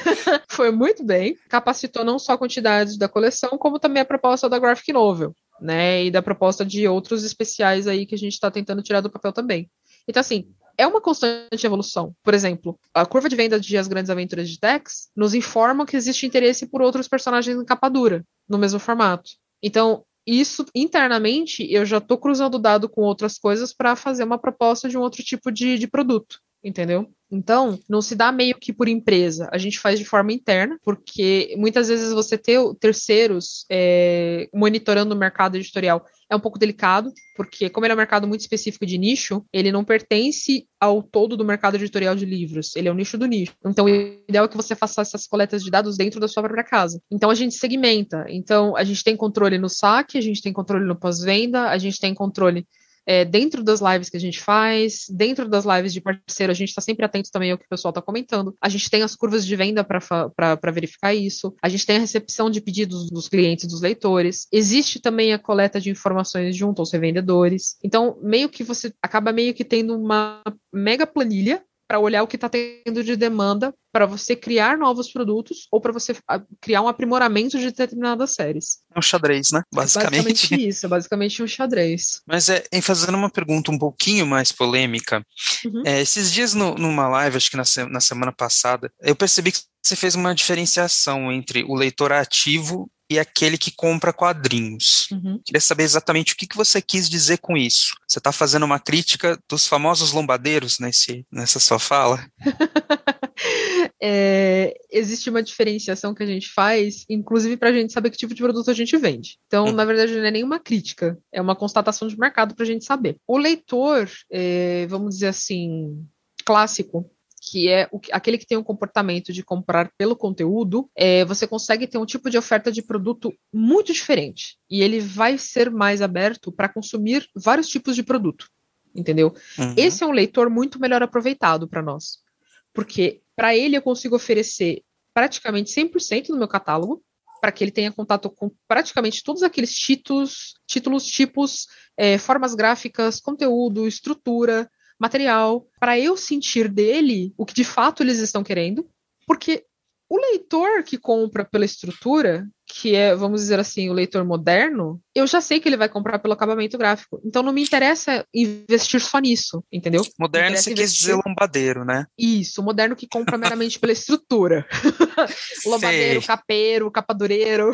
Foi muito bem. Capacitou não só a quantidade da coleção, como também a proposta da graphic novel, né? E da proposta de outros especiais aí que a gente está tentando tirar do papel também. Então, assim, é uma constante evolução. Por exemplo, a curva de venda de As Grandes Aventuras de Tex nos informa que existe interesse por outros personagens em capa dura, no mesmo formato. Então, isso, internamente, eu já estou cruzando o dado com outras coisas para fazer uma proposta de um outro tipo de produto. Entendeu? Então, não se dá meio que por empresa, a gente faz de forma interna, porque muitas vezes você ter terceiros monitorando o mercado editorial é um pouco delicado, porque como ele é um mercado muito específico de nicho, ele não pertence ao todo do mercado editorial de livros, ele é um nicho do nicho. Então, o ideal é que você faça essas coletas de dados dentro da sua própria casa. Então, a gente segmenta. Então, a gente tem controle no saque, a gente tem controle no pós-venda, a gente tem controle dentro das lives que a gente faz, dentro das lives de parceiro, a gente está sempre atento também ao que o pessoal está comentando. A gente tem as curvas de venda para verificar isso. A gente tem a recepção de pedidos dos clientes e dos leitores. Existe também a coleta de informações junto aos revendedores. Então, meio que você acaba meio que tendo uma mega planilha para olhar o que está tendo de demanda para você criar novos produtos ou para você criar um aprimoramento de determinadas séries. É um xadrez, né? Basicamente isso, é basicamente um xadrez. Mas em fazendo uma pergunta um pouquinho mais polêmica, esses dias numa live, acho que na semana passada, eu percebi que você fez uma diferenciação entre o leitor ativo e aquele que compra quadrinhos. Queria saber exatamente o que você quis dizer com isso. Você está fazendo uma crítica dos famosos lombadeiros nessa sua fala? Existe uma diferenciação que a gente faz, inclusive para a gente saber que tipo de produto a gente vende. Então, na verdade, não é nenhuma crítica, é uma constatação de mercado para a gente saber. O leitor, vamos dizer assim, clássico, que é aquele que tem um comportamento de comprar pelo conteúdo, você consegue ter um tipo de oferta de produto muito diferente. E ele vai ser mais aberto para consumir vários tipos de produto, entendeu? Esse é um leitor muito melhor aproveitado para nós. Porque para ele eu consigo oferecer praticamente 100% do meu catálogo, para que ele tenha contato com praticamente todos aqueles títulos, tipos, formas gráficas, conteúdo, estrutura, material, para eu sentir dele o que de fato eles estão querendo, porque o leitor que compra pela estrutura, que é, vamos dizer assim, o leitor moderno, eu já sei que ele vai comprar pelo acabamento gráfico. Então não me interessa investir só nisso, entendeu? Moderno você quis dizer lombadeiro, né? Isso, moderno que compra meramente pela estrutura. Lombadeiro, capeiro, capadureiro.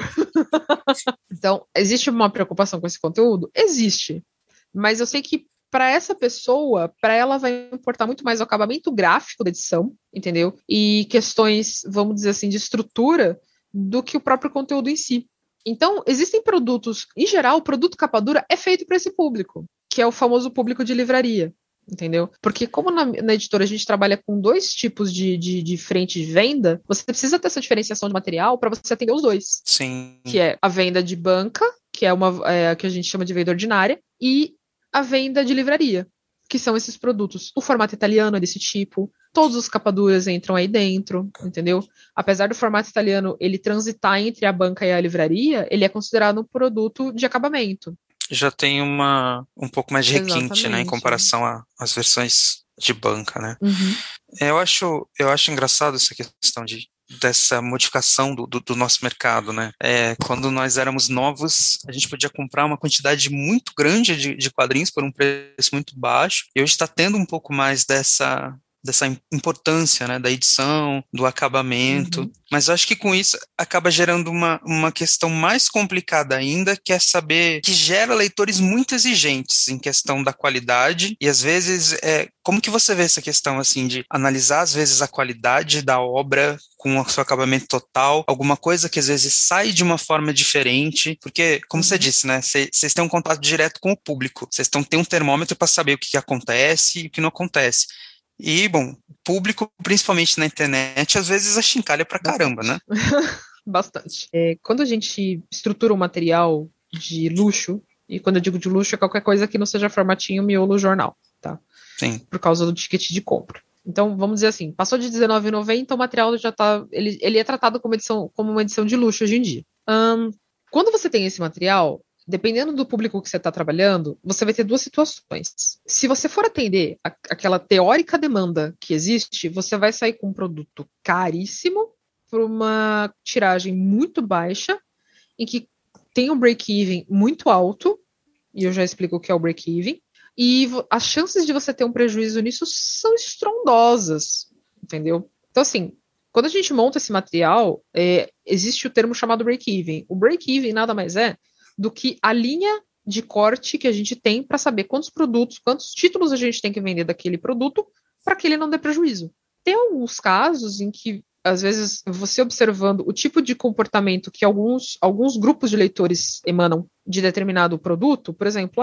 Então, existe uma preocupação com esse conteúdo? Existe. Mas eu sei que para essa pessoa, para ela vai importar muito mais o acabamento gráfico da edição, entendeu? E questões, vamos dizer assim, de estrutura do que o próprio conteúdo em si. Então, existem produtos, em geral, o produto capa dura é feito para esse público, que é o famoso público de livraria, entendeu? Porque como na editora a gente trabalha com 2 tipos de frente de venda, você precisa ter essa diferenciação de material para você atender os 2. Sim. Que é a venda de banca, que é a que a gente chama de venda ordinária, e a venda de livraria, que são esses produtos. O formato italiano é desse tipo, todos os capaduras entram aí dentro, entendeu? Apesar do formato italiano ele transitar entre a banca e a livraria, ele é considerado um produto de acabamento. Já tem um pouco mais de requinte, né, em comparação às versões de banca, né? Uhum. Eu acho engraçado essa questão dessa modificação do nosso mercado, né? Quando nós éramos novos, a gente podia comprar uma quantidade muito grande de quadrinhos por um preço muito baixo, e hoje está tendo um pouco mais dessa importância, né, da edição, do acabamento, mas eu acho que com isso acaba gerando uma questão mais complicada ainda, que é saber que gera leitores muito exigentes em questão da qualidade, e às vezes, como que você vê essa questão, assim, de analisar às vezes a qualidade da obra com o seu acabamento total, alguma coisa que às vezes sai de uma forma diferente, porque, como você disse, né, vocês têm um contato direto com o público, vocês têm um termômetro para saber o que acontece e o que não acontece. E, bom, o público, principalmente na internet, às vezes achincalha pra caramba, né? Bastante. Quando a gente estrutura um material de luxo, e quando eu digo de luxo é qualquer coisa que não seja formatinho, miolo, jornal, tá? Sim. Por causa do ticket de compra. Então, vamos dizer assim, passou de R$19,90, o material já tá... Ele é tratado como uma edição de luxo hoje em dia. Quando você tem esse material, dependendo do público que você está trabalhando, você vai ter 2 situações. Se você for atender aquela teórica demanda que existe, você vai sair com um produto caríssimo por uma tiragem muito baixa, em que tem um break-even muito alto, e eu já explico o que é o break-even, e as chances de você ter um prejuízo nisso são estrondosas, entendeu? Então, assim, quando a gente monta esse material, existe o termo chamado break-even. O break-even nada mais é do que a linha de corte que a gente tem para saber quantos títulos a gente tem que vender daquele produto para que ele não dê prejuízo. Tem alguns casos em que, às vezes, você observando o tipo de comportamento que alguns grupos de leitores emanam de determinado produto, por exemplo,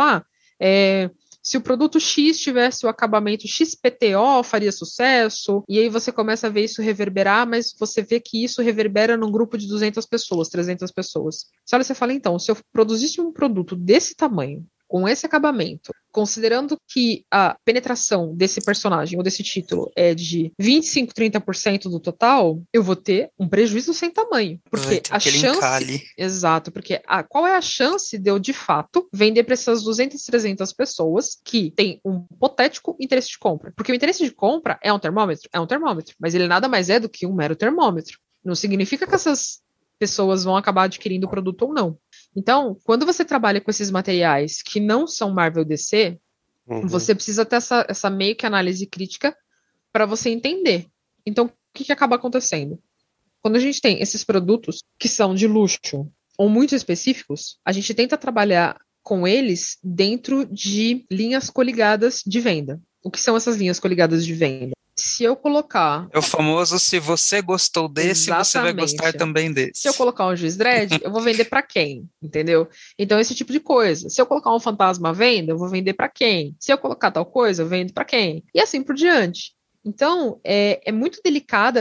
se o produto X tivesse o acabamento XPTO, faria sucesso, e aí você começa a ver isso reverberar, mas você vê que isso reverbera num grupo de 200 pessoas, 300 pessoas. Você olha e você fala, então, se eu produzisse um produto desse tamanho, com esse acabamento, considerando que a penetração desse personagem ou desse título é de 25, 30% do total, eu vou ter um prejuízo sem tamanho. Porque a chance... Exato, porque qual é a chance de eu, de fato, vender para essas 200, 300 pessoas que têm um hipotético interesse de compra? Porque o interesse de compra é um termômetro? É um termômetro, mas ele nada mais é do que um mero termômetro. Não significa que essas pessoas vão acabar adquirindo o produto ou não. Então, quando você trabalha com esses materiais que não são Marvel DC, você precisa ter essa meio que análise crítica para você entender. Então, o que acaba acontecendo? Quando a gente tem esses produtos que são de luxo ou muito específicos, a gente tenta trabalhar com eles dentro de linhas coligadas de venda. O que são essas linhas coligadas de venda? Se eu colocar... É o famoso, se você gostou desse, exatamente, você vai gostar também desse. Se eu colocar um Juiz Dredd, eu vou vender para quem? Entendeu? Então, esse tipo de coisa. Se eu colocar um fantasma à venda, eu vou vender para quem? Se eu colocar tal coisa, eu vendo para quem? E assim por diante. Então, é muito delicada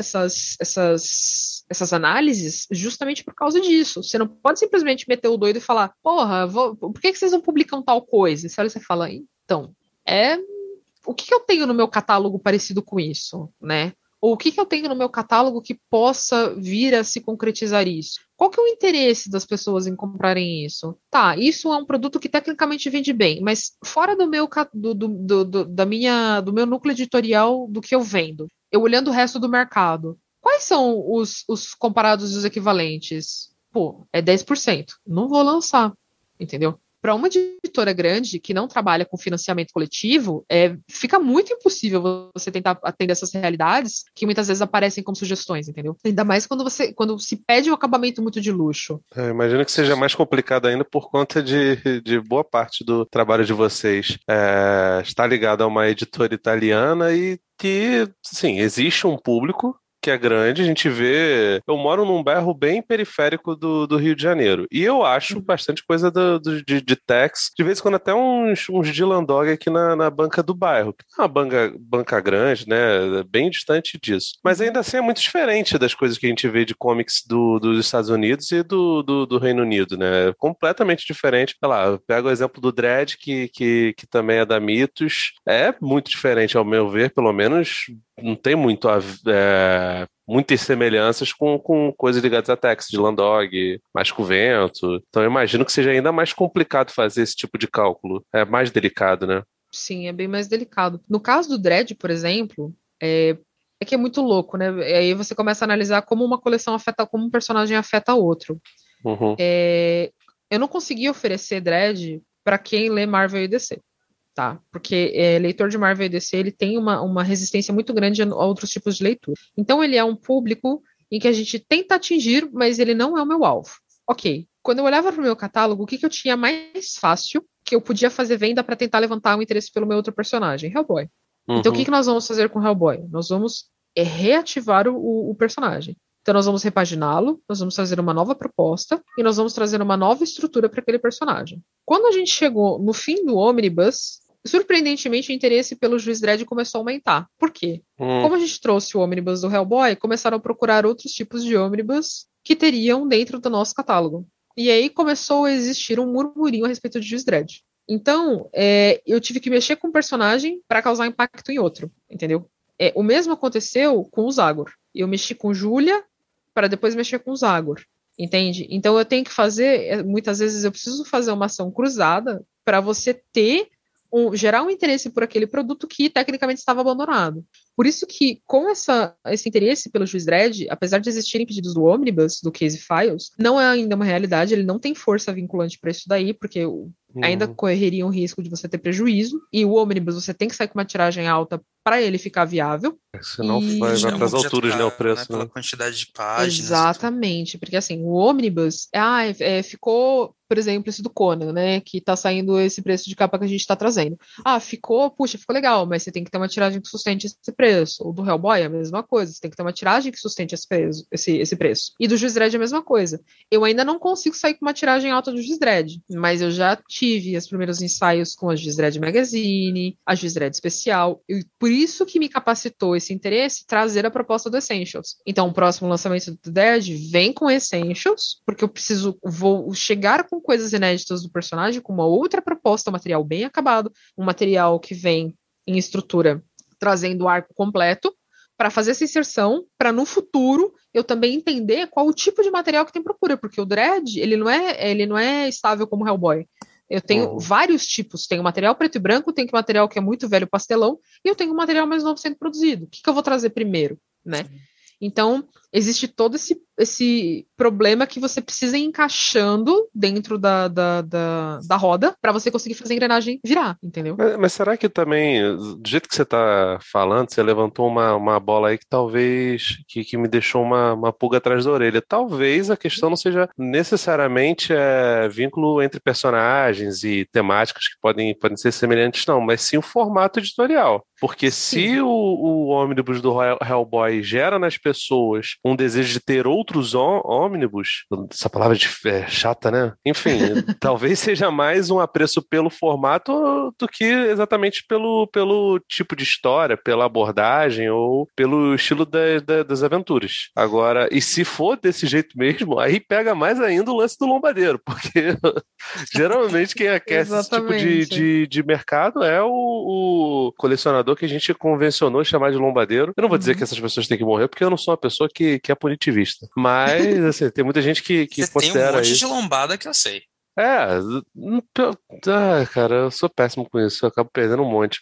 essas análises justamente por causa disso. Você não pode simplesmente meter o doido e falar, porra, por que vocês não publicam tal coisa? E você fala, então, o que eu tenho no meu catálogo parecido com isso, né? Ou o que eu tenho no meu catálogo que possa vir a se concretizar isso? Qual que é o interesse das pessoas em comprarem isso? Tá, isso é um produto que tecnicamente vende bem, mas fora do meu núcleo editorial do que eu vendo, eu olhando o resto do mercado, quais são os comparados e os equivalentes? pô, é 10%. Não vou lançar, entendeu? Para uma editora grande que não trabalha com financiamento coletivo, fica muito impossível você tentar atender essas realidades que muitas vezes aparecem como sugestões, entendeu? Ainda mais quando se pede um acabamento muito de luxo. Imagino que seja mais complicado ainda por conta de boa parte do trabalho de vocês está ligado a uma editora italiana e que, sim, existe um público que é grande, a gente vê... Eu moro num bairro bem periférico do Rio de Janeiro, e eu acho bastante coisa de techs, de vez em quando até uns Dylan Dog aqui na banca do bairro, que é uma banca grande, né, bem distante disso. Mas ainda assim é muito diferente das coisas que a gente vê de comics dos Estados Unidos e do Reino Unido, né, é completamente diferente. Sei lá, eu pego o exemplo do Dredd, que também é da Mitos, é muito diferente, ao meu ver, pelo menos não tem muitas semelhanças com coisas ligadas a Tex, de Landog, mais com o vento. Então eu imagino que seja ainda mais complicado fazer esse tipo de cálculo. É mais delicado, né? Sim, é bem mais delicado. No caso do Dredd, por exemplo, é que é muito louco, né? E aí você começa a analisar como uma coleção afeta, como um personagem afeta outro. Uhum. Eu não consegui oferecer Dredd para quem lê Marvel e DC. Tá? Porque leitor de Marvel e DC ele tem uma resistência muito grande a outros tipos de leitura. Então ele é um público em que a gente tenta atingir, mas ele não é o meu alvo. Ok, quando eu olhava para o meu catálogo, o que eu tinha mais fácil que eu podia fazer venda para tentar levantar o interesse pelo meu outro personagem? Hellboy. Uhum. Então o que nós vamos fazer com Hellboy? Nós vamos reativar o personagem. Então nós vamos repaginá-lo, nós vamos trazer uma nova proposta e nós vamos trazer uma nova estrutura para aquele personagem. Quando a gente chegou no fim do Omnibus, surpreendentemente o interesse pelo Juiz Dredd começou a aumentar. Por quê? Como a gente trouxe o Omnibus do Hellboy, começaram a procurar outros tipos de Omnibus que teriam dentro do nosso catálogo. E aí começou a existir um murmurinho a respeito de Juiz Dredd. Então, eu tive que mexer com um personagem para causar impacto em outro, entendeu? O mesmo aconteceu com o Zagor. Eu mexi com Júlia para depois mexer com o Zagor, entende? Então eu tenho que fazer, muitas vezes eu preciso fazer uma ação cruzada para você gerar um interesse por aquele produto que tecnicamente estava abandonado. Por isso que, com esse interesse pelo Juiz Dredd, apesar de existirem pedidos do Omnibus, do Case Files, não é ainda uma realidade, ele não tem força vinculante para isso daí, porque ainda correria um risco de você ter prejuízo, e o Omnibus você tem que sair com uma tiragem alta para ele ficar viável. Senão vai para as alturas, né, o preço. Né, pela quantidade de páginas. Exatamente, porque assim, o Omnibus, ficou, por exemplo, esse do Conan, né, que tá saindo esse preço de capa que a gente tá trazendo. Ficou legal, mas você tem que ter uma tiragem que sustente esse preço. O do Hellboy é a mesma coisa, você tem que ter uma tiragem que sustente esse preço. E do Juiz Dredd é a mesma coisa. Eu ainda não consigo sair com uma tiragem alta do Juiz Dredd, mas eu já tive os primeiros ensaios com a Juiz Dredd Magazine, a Juiz Dredd Especial, e por isso que me capacitou esse interesse trazer a proposta do Essentials. Então, o próximo lançamento do Dredd vem com Essentials, porque vou chegar com coisas inéditas do personagem, com uma outra proposta, um material bem acabado, um material que vem em estrutura trazendo o arco completo, para fazer essa inserção, para no futuro eu também entender qual o tipo de material que tem procura, porque o Dredd, ele não é estável como o Hellboy. Eu tenho vários tipos, tenho material preto e branco, tenho material que é muito velho pastelão, e eu tenho um material mais novo sendo produzido. O que eu vou trazer primeiro, né? Então, existe todo esse problema que você precisa ir encaixando dentro da roda para você conseguir fazer a engrenagem virar, entendeu? Mas será que também, do jeito que você está falando, você levantou uma bola aí que talvez que me deixou uma pulga atrás da orelha. Talvez a questão não seja necessariamente vínculo entre personagens e temáticas que podem ser semelhantes, não, mas sim o formato editorial. Porque se o ônibus do Hellboy gera nas pessoas um desejo de ter outros ônibus, essa palavra é chata, né? Enfim, talvez seja mais um apreço pelo formato do que exatamente pelo tipo de história, pela abordagem ou pelo estilo das aventuras. Agora, e se for desse jeito mesmo, aí pega mais ainda o lance do lombadeiro, porque geralmente quem aquece esse tipo de mercado é o colecionador que a gente convencionou chamar de lombadeiro. Eu não vou dizer que essas pessoas têm que morrer, porque eu não sou uma pessoa que é punitivista. Mas, assim, tem muita gente que você considera tem um monte isso. de lombada que eu sei. Cara, eu sou péssimo com isso, eu acabo perdendo um monte,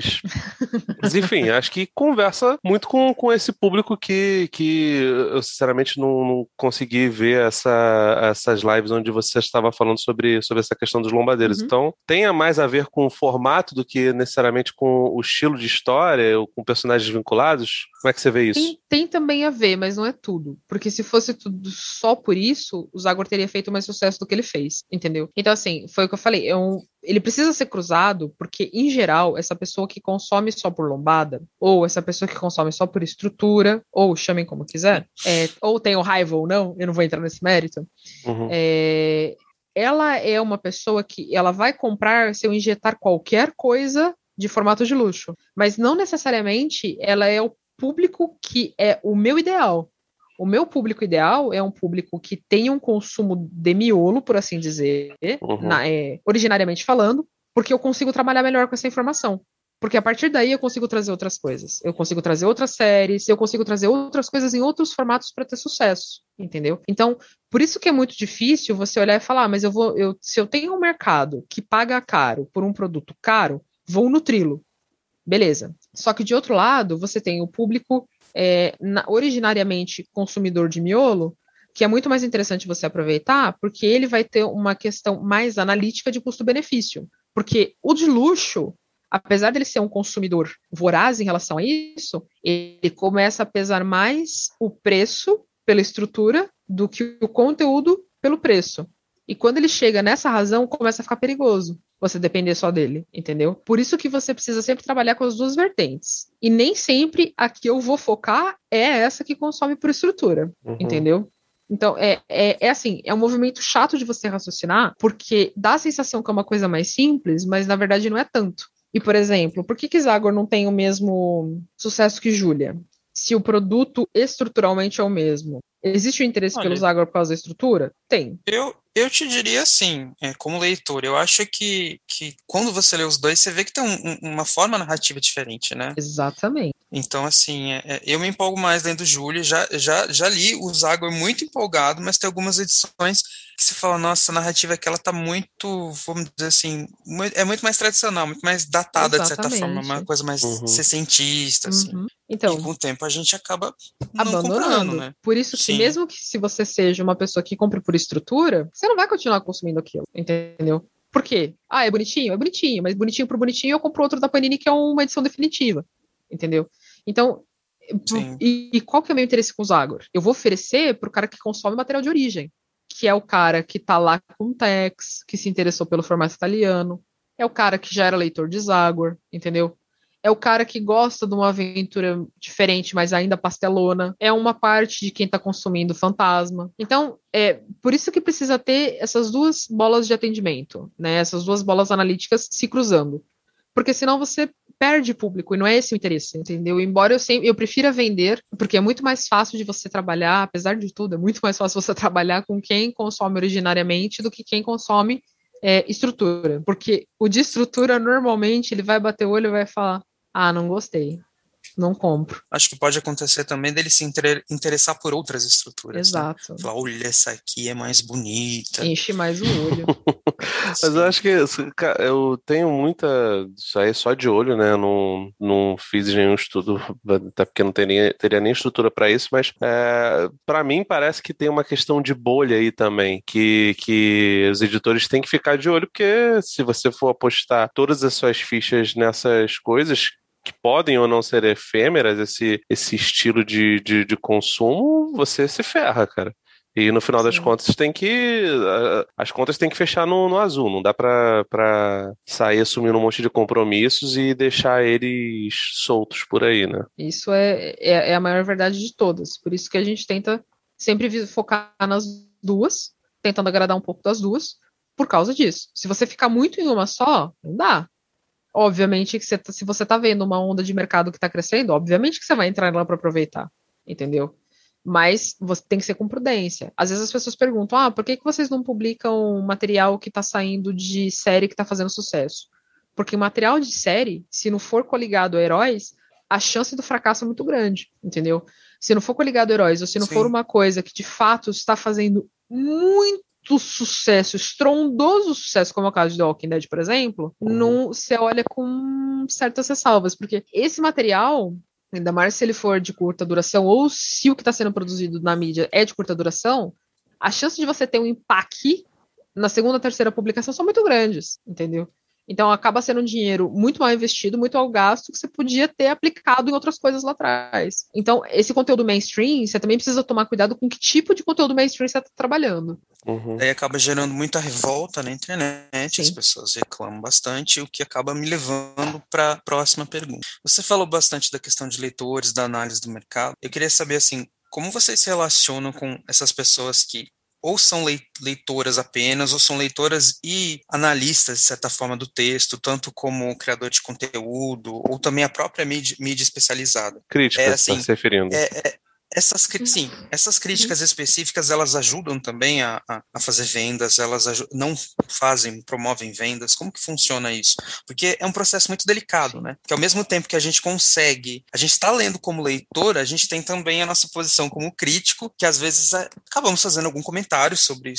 mas enfim, acho que conversa muito com esse público que eu sinceramente não consegui ver essas lives onde você estava falando sobre essa questão dos lombadeiros. Uhum. Então, tenha mais a ver com o formato do que necessariamente com o estilo de história ou com personagens vinculados. Como é que você vê isso? Tem também a ver, mas não é tudo. Porque se fosse tudo só por isso, o Zagor teria feito mais sucesso do que ele fez, entendeu? Então, assim, foi o que eu falei. Ele precisa ser cruzado, porque, em geral, essa pessoa que consome só por lombada, ou essa pessoa que consome só por estrutura, ou chamem como quiser, ou tem o raiva ou não, eu não vou entrar nesse mérito, Uhum. ela é uma pessoa que ela vai comprar se eu injetar qualquer coisa de formato de luxo, mas não necessariamente ela é o público que é o meu ideal. O meu público ideal é um público que tem um consumo de miolo, por assim dizer, Uhum. originariamente falando, porque eu consigo trabalhar melhor com essa informação. Porque a partir daí eu consigo trazer outras coisas. Eu consigo trazer outras séries, eu consigo trazer outras coisas em outros formatos para ter sucesso, entendeu? Então, por isso que é muito difícil você olhar e falar, mas se eu tenho um mercado que paga caro por um produto caro, vou nutri-lo. Beleza. Só que de outro lado, você tem o público originariamente consumidor de miolo, que é muito mais interessante você aproveitar, porque ele vai ter uma questão mais analítica de custo-benefício. Porque o de luxo, apesar dele ser um consumidor voraz em relação a isso, ele começa a pesar mais o preço pela estrutura do que o conteúdo pelo preço. E quando ele chega nessa razão, começa a ficar perigoso você depender só dele, entendeu? Por isso que você precisa sempre trabalhar com as duas vertentes. E nem sempre a que eu vou focar é essa que consome por estrutura, entendeu? Então, assim, é um movimento chato de você raciocinar, porque dá a sensação que é uma coisa mais simples, mas na verdade não é tanto. E, por exemplo, por que Zagor não tem o mesmo sucesso que Júlia? Se o produto estruturalmente é o mesmo. Existe o interesse pelo Zagor por causa da estrutura? Tem. Eu te diria assim, como leitor, eu acho que quando você lê os dois, você vê que tem uma forma narrativa diferente, né? Exatamente. Então, assim, eu me empolgo mais lendo Júlia, já li o Zagor muito empolgado, mas tem algumas edições que você fala, nossa, a narrativa aqui, ela tá muito, vamos dizer assim, é muito mais tradicional, muito mais datada, de certa forma, uma coisa mais sessentista, assim. Então, e com o tempo a gente acaba não abandonando, comprando, né? Por isso que mesmo que se você seja uma pessoa que compra por estrutura, você não vai continuar consumindo aquilo, entendeu? Por quê? É bonitinho? É bonitinho, mas bonitinho por bonitinho eu compro outro da Panini que é uma edição definitiva, entendeu? Então, e qual que é o meu interesse com o Zagor? Eu vou oferecer pro cara que consome material de origem, que é o cara que tá lá com o Tex, que se interessou pelo formato italiano, é o cara que já era leitor de Zagor, entendeu? É o cara que gosta de uma aventura diferente, mas ainda pastelona. É uma parte de quem está consumindo fantasma. Então, por isso que precisa ter essas duas bolas de atendimento, né? Essas duas bolas analíticas se cruzando. Porque senão você perde público, e não é esse o interesse, entendeu? Embora eu prefira vender, porque é muito mais fácil de você trabalhar, apesar de tudo, é muito mais fácil você trabalhar com quem consome originariamente do que quem consome estrutura. Porque o de estrutura, normalmente, ele vai bater o olho e vai falar, não gostei, não compro. Acho que pode acontecer também dele se interessar por outras estruturas. Exato. Né? Falar, olha, essa aqui é mais bonita. Enche mais o olho. Mas eu acho que eu tenho muita. Isso aí só de olho, né? Eu não fiz nenhum estudo, até porque não teria nem estrutura para isso, mas para mim parece que tem uma questão de bolha aí também, que os editores têm que ficar de olho, porque se você for apostar todas as suas fichas nessas coisas, que podem ou não ser efêmeras, esse estilo de consumo, você se ferra, cara. E no final das contas as contas têm que fechar no azul, não dá pra sair assumindo um monte de compromissos e deixar eles soltos por aí, né? Isso é a maior verdade de todas, por isso que a gente tenta sempre focar nas duas, tentando agradar um pouco das duas, por causa disso. Se você ficar muito em uma só, não dá. Obviamente que se você tá vendo uma onda de mercado que tá crescendo, obviamente que você vai entrar lá para aproveitar, entendeu? Mas você tem que ser com prudência. Às vezes as pessoas perguntam, por que vocês não publicam material que tá saindo de série que tá fazendo sucesso? Porque material de série, se não for coligado a heróis, a chance do fracasso é muito grande, entendeu? Se não for coligado a heróis, ou se não for uma coisa que de fato está fazendo muito sucesso, estrondoso sucesso, como é o caso de The Walking Dead, por exemplo, você olha com certas ressalvas, porque esse material, ainda mais se ele for de curta duração, ou se o que está sendo produzido na mídia é de curta duração, a chance de você ter um impacto na segunda, terceira publicação são muito grandes, entendeu? Então acaba sendo um dinheiro muito mal investido, muito mal gasto, que você podia ter aplicado em outras coisas lá atrás. Então, esse conteúdo mainstream, você também precisa tomar cuidado com que tipo de conteúdo mainstream você está trabalhando. Aí acaba gerando muita revolta na internet, Sim. as pessoas reclamam bastante, o que acaba me levando para a próxima pergunta. Você falou bastante da questão de leitores, da análise do mercado. Eu queria saber, assim, como vocês se relacionam com essas pessoas que ou são leitoras apenas, ou são leitoras e analistas, de certa forma, do texto, tanto como criador de conteúdo, ou também a própria mídia especializada. Crítica, assim, tá se referindo. Essas críticas específicas, elas ajudam também a fazer vendas, elas não promovem vendas, como que funciona isso? Porque é um processo muito delicado, né? Porque ao mesmo tempo que a gente está lendo como leitor, a gente tem também a nossa posição como crítico, que às vezes acabamos fazendo algum comentário sobre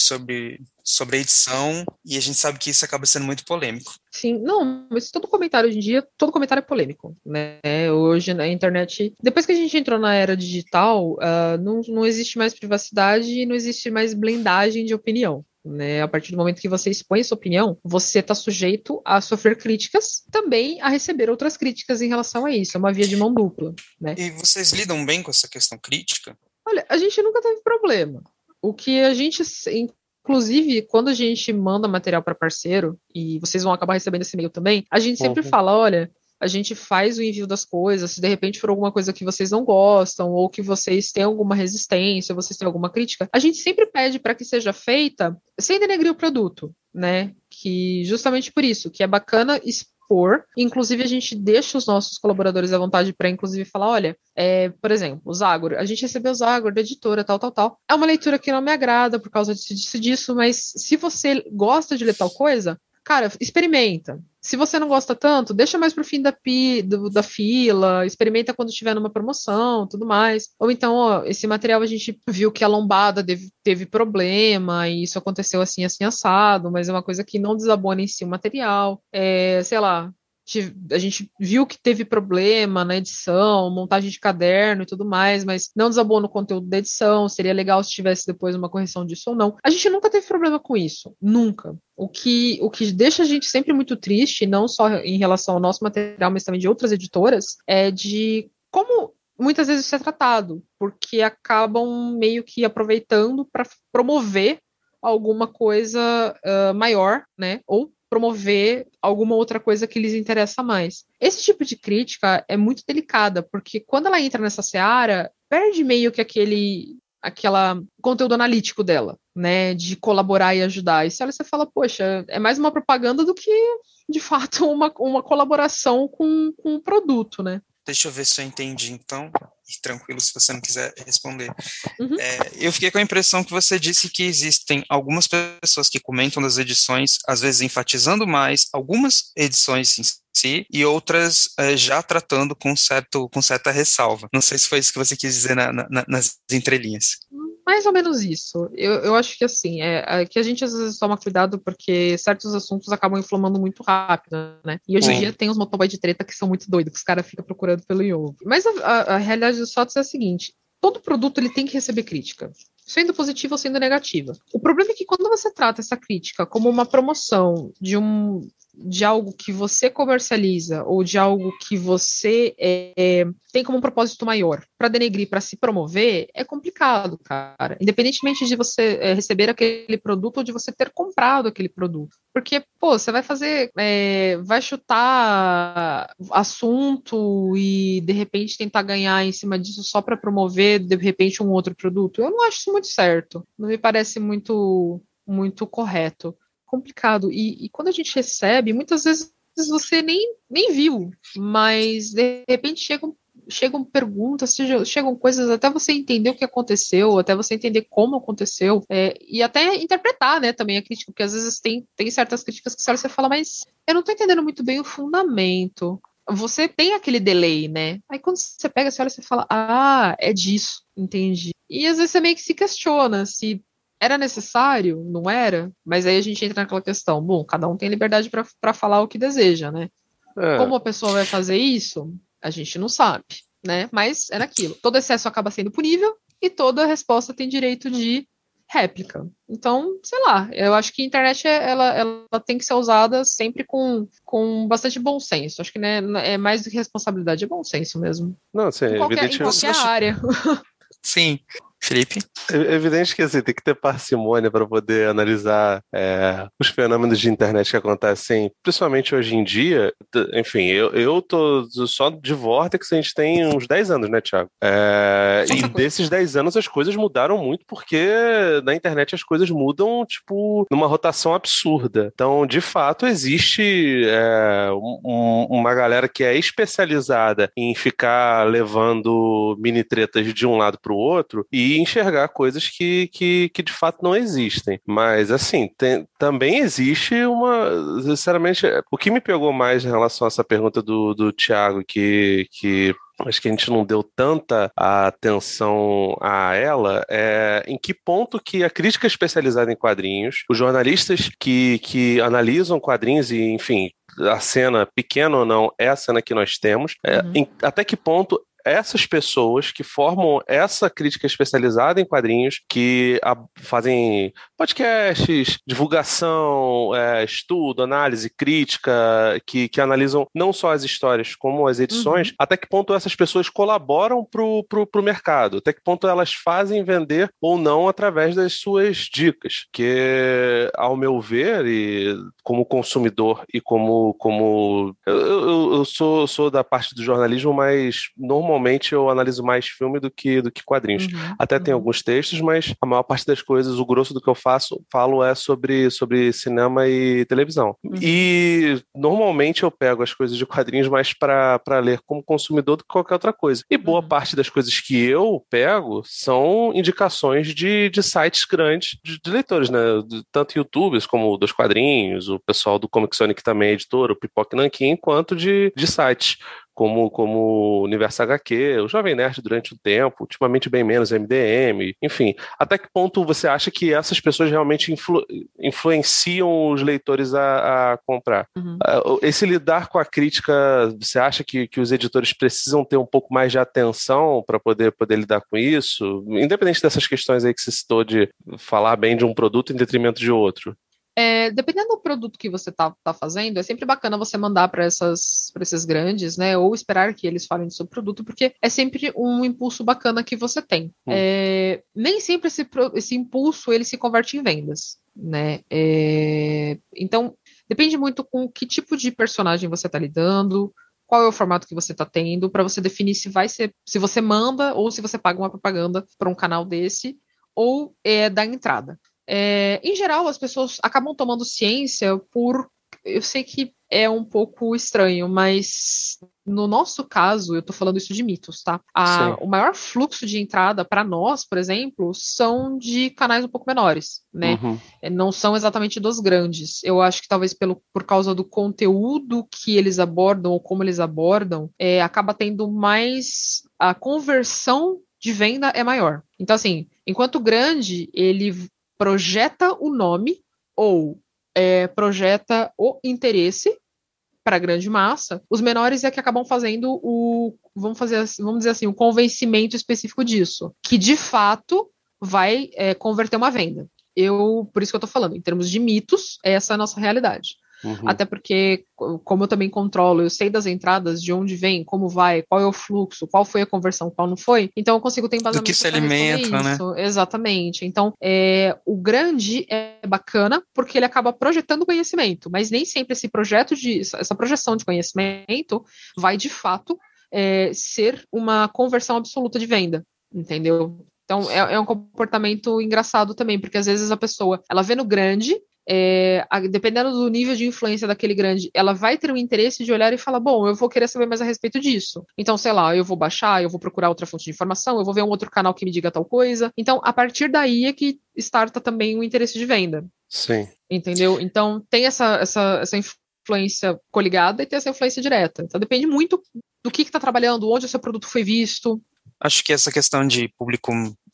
a edição, e a gente sabe que isso acaba sendo muito polêmico. Sim, não, mas todo comentário hoje em dia, todo comentário é polêmico, né? Hoje na internet, depois que a gente entrou na era digital, não existe mais privacidade e não existe mais blindagem de opinião. Né? A partir do momento que você expõe sua opinião, você está sujeito a sofrer críticas, também a receber outras críticas em relação a isso. É uma via de mão dupla. Né? E vocês lidam bem com essa questão crítica? Olha, a gente nunca teve problema. O que a gente... Inclusive, quando a gente manda material para parceiro, e vocês vão acabar recebendo esse e-mail também, a gente sempre fala, olha, a gente faz o envio das coisas, se de repente for alguma coisa que vocês não gostam, ou que vocês têm alguma resistência, ou vocês têm alguma crítica, a gente sempre pede para que seja feita sem denegrir o produto, né? Que justamente por isso, que é bacana expor, inclusive a gente deixa os nossos colaboradores à vontade para inclusive falar, olha, por exemplo, o Zagor, a gente recebeu o Zagor da editora, tal. É uma leitura que não me agrada por causa disso, mas se você gosta de ler tal coisa, cara, experimenta. Se você não gosta tanto, deixa mais pro fim da fila, experimenta quando estiver numa promoção, tudo mais. Ou então, esse material a gente viu que a lombada teve problema, e isso aconteceu assim, assado, mas é uma coisa que não desabona em si o material. Sei lá, a gente viu que teve problema na edição, montagem de caderno e tudo mais, mas não desabou no conteúdo da edição, seria legal se tivesse depois uma correção disso ou não. A gente nunca teve problema com isso, nunca. O que deixa a gente sempre muito triste, não só em relação ao nosso material, mas também de outras editoras, é de como muitas vezes isso é tratado, porque acabam meio que aproveitando para promover alguma coisa maior, né? Ou promover alguma outra coisa que lhes interessa mais. Esse tipo de crítica é muito delicada, porque quando ela entra nessa seara, perde meio que aquela conteúdo analítico dela, né, de colaborar e ajudar. E se você fala, poxa, é mais uma propaganda do que, de fato, uma colaboração com o produto, né? Deixa eu ver se eu entendi, então. Tranquilo, se você não quiser responder. Eu fiquei com a impressão que você disse que existem algumas pessoas que comentam das edições, às vezes enfatizando mais algumas edições em si, e outras já tratando com certa ressalva. Não sei se foi isso que você quis dizer nas entrelinhas. Mais ou menos isso. Eu acho que assim, que a gente às vezes toma cuidado porque certos assuntos acabam inflamando muito rápido, né? E hoje em dia tem os motoboy de treta que são muito doidos, que os caras ficam procurando pelo Yovo. Mas a realidade dos fatos é a seguinte: todo produto ele tem que receber crítica, sendo positiva ou sendo negativa. O problema é que quando você trata essa crítica como uma promoção de algo que você comercializa ou de algo que você tem como um propósito maior para denegrir, para se promover, é complicado, cara. Independentemente de você receber aquele produto ou de você ter comprado aquele produto. Porque, você vai chutar assunto e, de repente, tentar ganhar em cima disso só para promover, de repente, um outro produto. Eu não acho isso muito certo. Não me parece muito correto. Complicado. E quando a gente recebe, muitas vezes você nem viu, mas de repente chegam perguntas, chegam coisas até você entender o que aconteceu, até você entender como aconteceu, e até interpretar, né, também a crítica, porque às vezes tem certas críticas que você fala, mas eu não estou entendendo muito bem o fundamento. Você tem aquele delay, né? Aí quando você pega, você olha e você fala, é disso, entendi. E às vezes você meio que se questiona se Era necessário? Não era? Mas aí a gente entra naquela questão, bom, cada um tem liberdade para falar o que deseja, né? Como a pessoa vai fazer isso, a gente não sabe, né? Mas é naquilo. Todo excesso acaba sendo punível e toda resposta tem direito de réplica. Então, sei lá, eu acho que a internet ela tem que ser usada sempre com bastante bom senso. Acho que né, é mais do que responsabilidade, é bom senso mesmo. Não, assim, Em qualquer área. Sim. Felipe? É evidente que assim, tem que ter parcimônia para poder analisar os fenômenos de internet que acontecem, principalmente hoje em dia. Enfim, eu tô só de Vortex, a gente tem uns 10 anos, né, Thiago? E desses 10 anos as coisas mudaram muito, porque na internet as coisas mudam, tipo, numa rotação absurda. Então, de fato, existe uma galera que é especializada em ficar levando mini tretas de um lado para o outro e enxergar coisas que de fato não existem. Mas, assim, também existe sinceramente, o que me pegou mais em relação a essa pergunta do Thiago, que acho que a gente não deu tanta atenção a ela, em que ponto que a crítica especializada em quadrinhos, os jornalistas que analisam quadrinhos e, enfim, a cena, pequena ou não, é a cena que nós temos, até que ponto essas pessoas que formam essa crítica especializada em quadrinhos, que fazem podcasts, divulgação, estudo, análise, crítica, que analisam não só as histórias como as edições, até que ponto essas pessoas colaboram pro mercado, até que ponto elas fazem vender ou não através das suas dicas, que, ao meu ver, e como consumidor e como eu sou da parte do jornalismo, mas normalmente eu analiso mais filme do que quadrinhos. Até tem alguns textos, mas a maior parte das coisas, o grosso do que eu falo é sobre cinema e televisão. E normalmente eu pego as coisas de quadrinhos mais para ler como consumidor do que qualquer outra coisa. E boa parte das coisas que eu pego são indicações de sites grandes de leitores, né? Tanto YouTubers como o Dos Quadrinhos, o pessoal do Comic Sonic também é editor, o Pipoca Nanquim, quanto de sites como o Universo HQ, o Jovem Nerd durante um tempo, ultimamente bem menos, MDM, enfim. Até que ponto você acha que essas pessoas realmente influenciam os leitores a comprar? Esse lidar com a crítica, você acha que os editores precisam ter um pouco mais de atenção para poder lidar com isso? Independente dessas questões aí que você citou de falar bem de um produto em detrimento de outro. Dependendo do produto que você tá fazendo, é sempre bacana você mandar para esses grandes, né? Ou esperar que eles falem do seu produto, porque é sempre um impulso bacana que você tem. Nem sempre esse impulso ele se converte em vendas, né? Então, depende muito com que tipo de personagem você está lidando, qual é o formato que você está tendo, para você definir se você manda ou se você paga uma propaganda para um canal desse, ou dá entrada. Em geral, as pessoas acabam tomando ciência eu sei que é um pouco estranho, mas no nosso caso, eu tô falando isso de mitos, tá? O maior fluxo de entrada para nós, por exemplo, são de canais um pouco menores, né? Não são exatamente dos grandes. Eu acho que talvez por causa do conteúdo que eles abordam ou como eles abordam, acaba tendo mais a conversão de venda é maior. Então, assim, enquanto o grande, ele projeta o nome ou projeta o interesse para a grande massa, os menores é que acabam fazendo vamos dizer assim, o convencimento específico disso, que de fato vai converter uma venda. Por isso que eu estou falando, em termos de mitos, essa é a nossa realidade. Até porque, como eu também controlo, eu sei das entradas, de onde vem, como vai, qual é o fluxo, qual foi a conversão, qual não foi, então eu consigo ter embasamento. Do que se alimenta, né? Exatamente. Então, o grande é bacana porque ele acaba projetando conhecimento, mas nem sempre essa projeção de conhecimento vai, de fato, ser uma conversão absoluta de venda, entendeu? Então, é um comportamento engraçado também, porque às vezes a pessoa, ela vê no grande, dependendo do nível de influência daquele grande, ela vai ter um interesse de olhar e falar, bom, eu vou querer saber mais a respeito disso. Então, sei lá, eu vou baixar, eu vou procurar outra fonte de informação, eu vou ver um outro canal que me diga tal coisa. Então, a partir daí é que starta também o interesse de venda. Sim. Entendeu? Então, tem essa influência coligada e tem essa influência direta. Então, depende muito do que está trabalhando, onde o seu produto foi visto. Acho que essa questão de público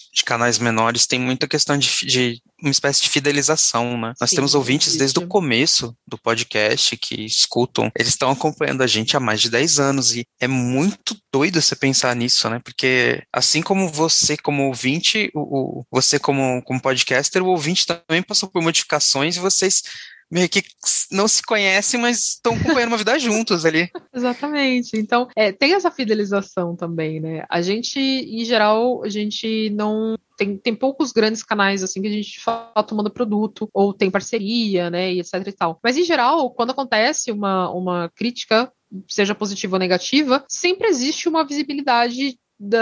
de canais menores tem muita questão de uma espécie de fidelização, né? Nós temos ouvintes desde o começo do podcast que escutam, eles estão acompanhando a gente há mais de 10 anos e é muito doido você pensar nisso, né? Porque assim como você como ouvinte, você como podcaster, o ouvinte também passou por modificações e vocês meio que não se conhecem, mas estão acompanhando uma vida juntos ali. Exatamente. Então, tem essa fidelização também, né? A gente, em geral, a gente não... Tem poucos grandes canais, assim, que a gente de fato manda produto, ou tem parceria, né, e etc e tal. Mas, em geral, quando acontece uma crítica, seja positiva ou negativa, sempre existe uma visibilidade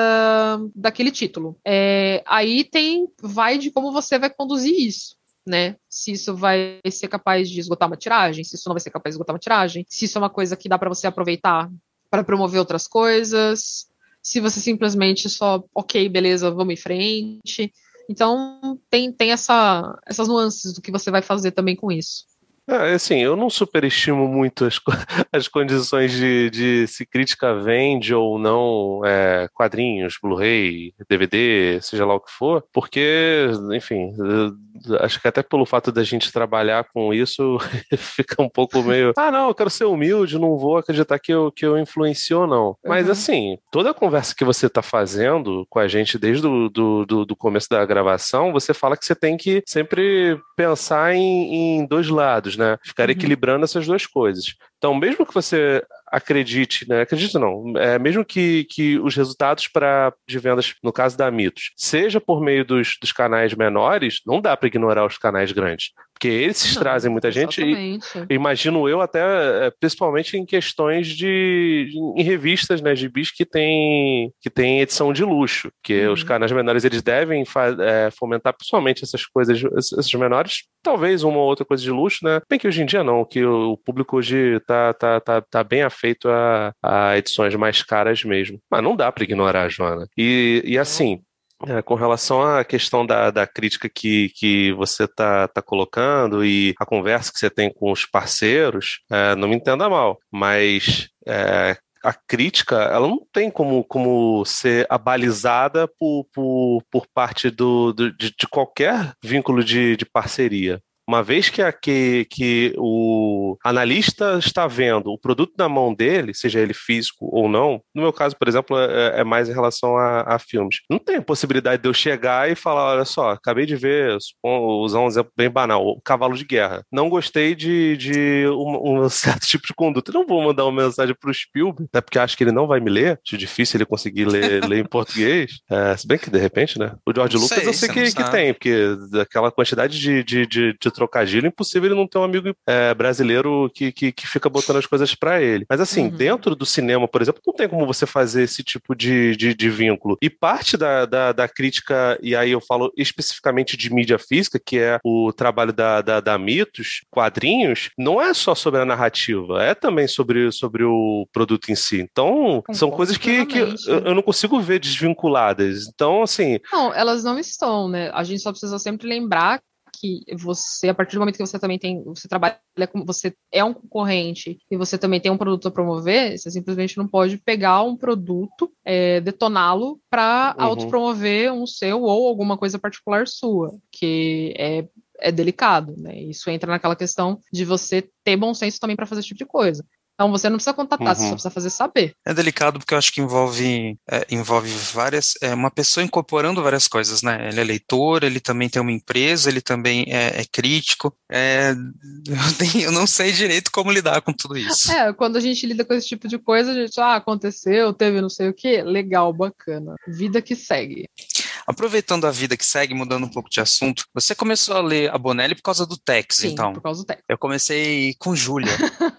daquele título. Aí vai de como você vai conduzir isso. Né? Se isso vai ser capaz de esgotar uma tiragem, se isso não vai ser capaz de esgotar uma tiragem, se isso é uma coisa que dá para você aproveitar para promover outras coisas, se você simplesmente só, ok, beleza, vamos em frente. Então, tem essas nuances do que você vai fazer também com isso. Assim, eu não superestimo muito as condições de se crítica vende ou não quadrinhos, Blu-ray, DVD, seja lá o que for, porque, enfim, acho que até pelo fato da gente trabalhar com isso, fica um pouco meio, não, eu quero ser humilde, não vou acreditar que eu influencio, não. Mas, assim, toda a conversa que você está fazendo com a gente desde do começo da gravação, você fala que você tem que sempre pensar em dois lados, né? Ficar equilibrando essas duas coisas. Então, mesmo que você acredite, né? Acredite não, mesmo que os resultados de vendas, no caso da Mitos, seja por meio dos canais menores, não dá para ignorar os canais grandes. Porque eles trazem muita gente, e imagino eu até, principalmente em questões em revistas, né, gibis que tem edição de luxo, que os canais menores eles devem fomentar principalmente essas coisas, esses menores, talvez uma ou outra coisa de luxo, né, bem que hoje em dia não, que o público hoje tá bem afeito a edições mais caras mesmo, mas não dá para ignorar, Joana, e assim... com relação à questão da crítica que você está colocando e a conversa que você tem com os parceiros, não me entenda mal, mas a crítica ela não tem como ser abalizada por parte de qualquer vínculo de parceria. Uma vez que o analista está vendo o produto na mão dele, seja ele físico ou não, no meu caso, por exemplo, é mais em relação a filmes. Não tem possibilidade de eu chegar e falar, olha só, acabei de ver, usar um exemplo bem banal, o Cavalo de Guerra. Não gostei de um certo tipo de conduta. Eu não vou mandar uma mensagem para o Spielberg, até porque acho que ele não vai me ler, acho difícil ele conseguir ler em português. Se bem que, de repente, né? O George Lucas eu sei que tem, porque aquela quantidade de trocadilho, impossível ele não ter um amigo brasileiro que fica botando as coisas pra ele. Mas assim, dentro do cinema, por exemplo, não tem como você fazer esse tipo de vínculo. E parte da crítica, e aí eu falo especificamente de mídia física, que é o trabalho da Mitos, quadrinhos, não é só sobre a narrativa, é também sobre o produto em si. Então, são coisas que eu não consigo ver desvinculadas. Então, assim... Não, elas não estão, né? A gente só precisa sempre lembrar que você, a partir do momento que você também você trabalha como você é um concorrente e você também tem um produto a promover, você simplesmente não pode pegar um produto, detoná-lo para autopromover um seu ou alguma coisa particular sua, que é delicado, né? Isso entra naquela questão de você ter bom senso também para fazer esse tipo de coisa. Então você não precisa contatar, você só precisa fazer saber. É delicado porque eu acho que envolve várias... uma pessoa incorporando várias coisas, né? Ele é leitor, ele também tem uma empresa, ele também é crítico. Eu não sei direito como lidar com tudo isso. Quando a gente lida com esse tipo de coisa, a gente, aconteceu, teve não sei o quê, legal, bacana. Vida que segue. Aproveitando a vida que segue, mudando um pouco de assunto, você começou a ler a Bonelli por causa do Tex, então? Sim, por causa do Tex. Eu comecei com Júlia.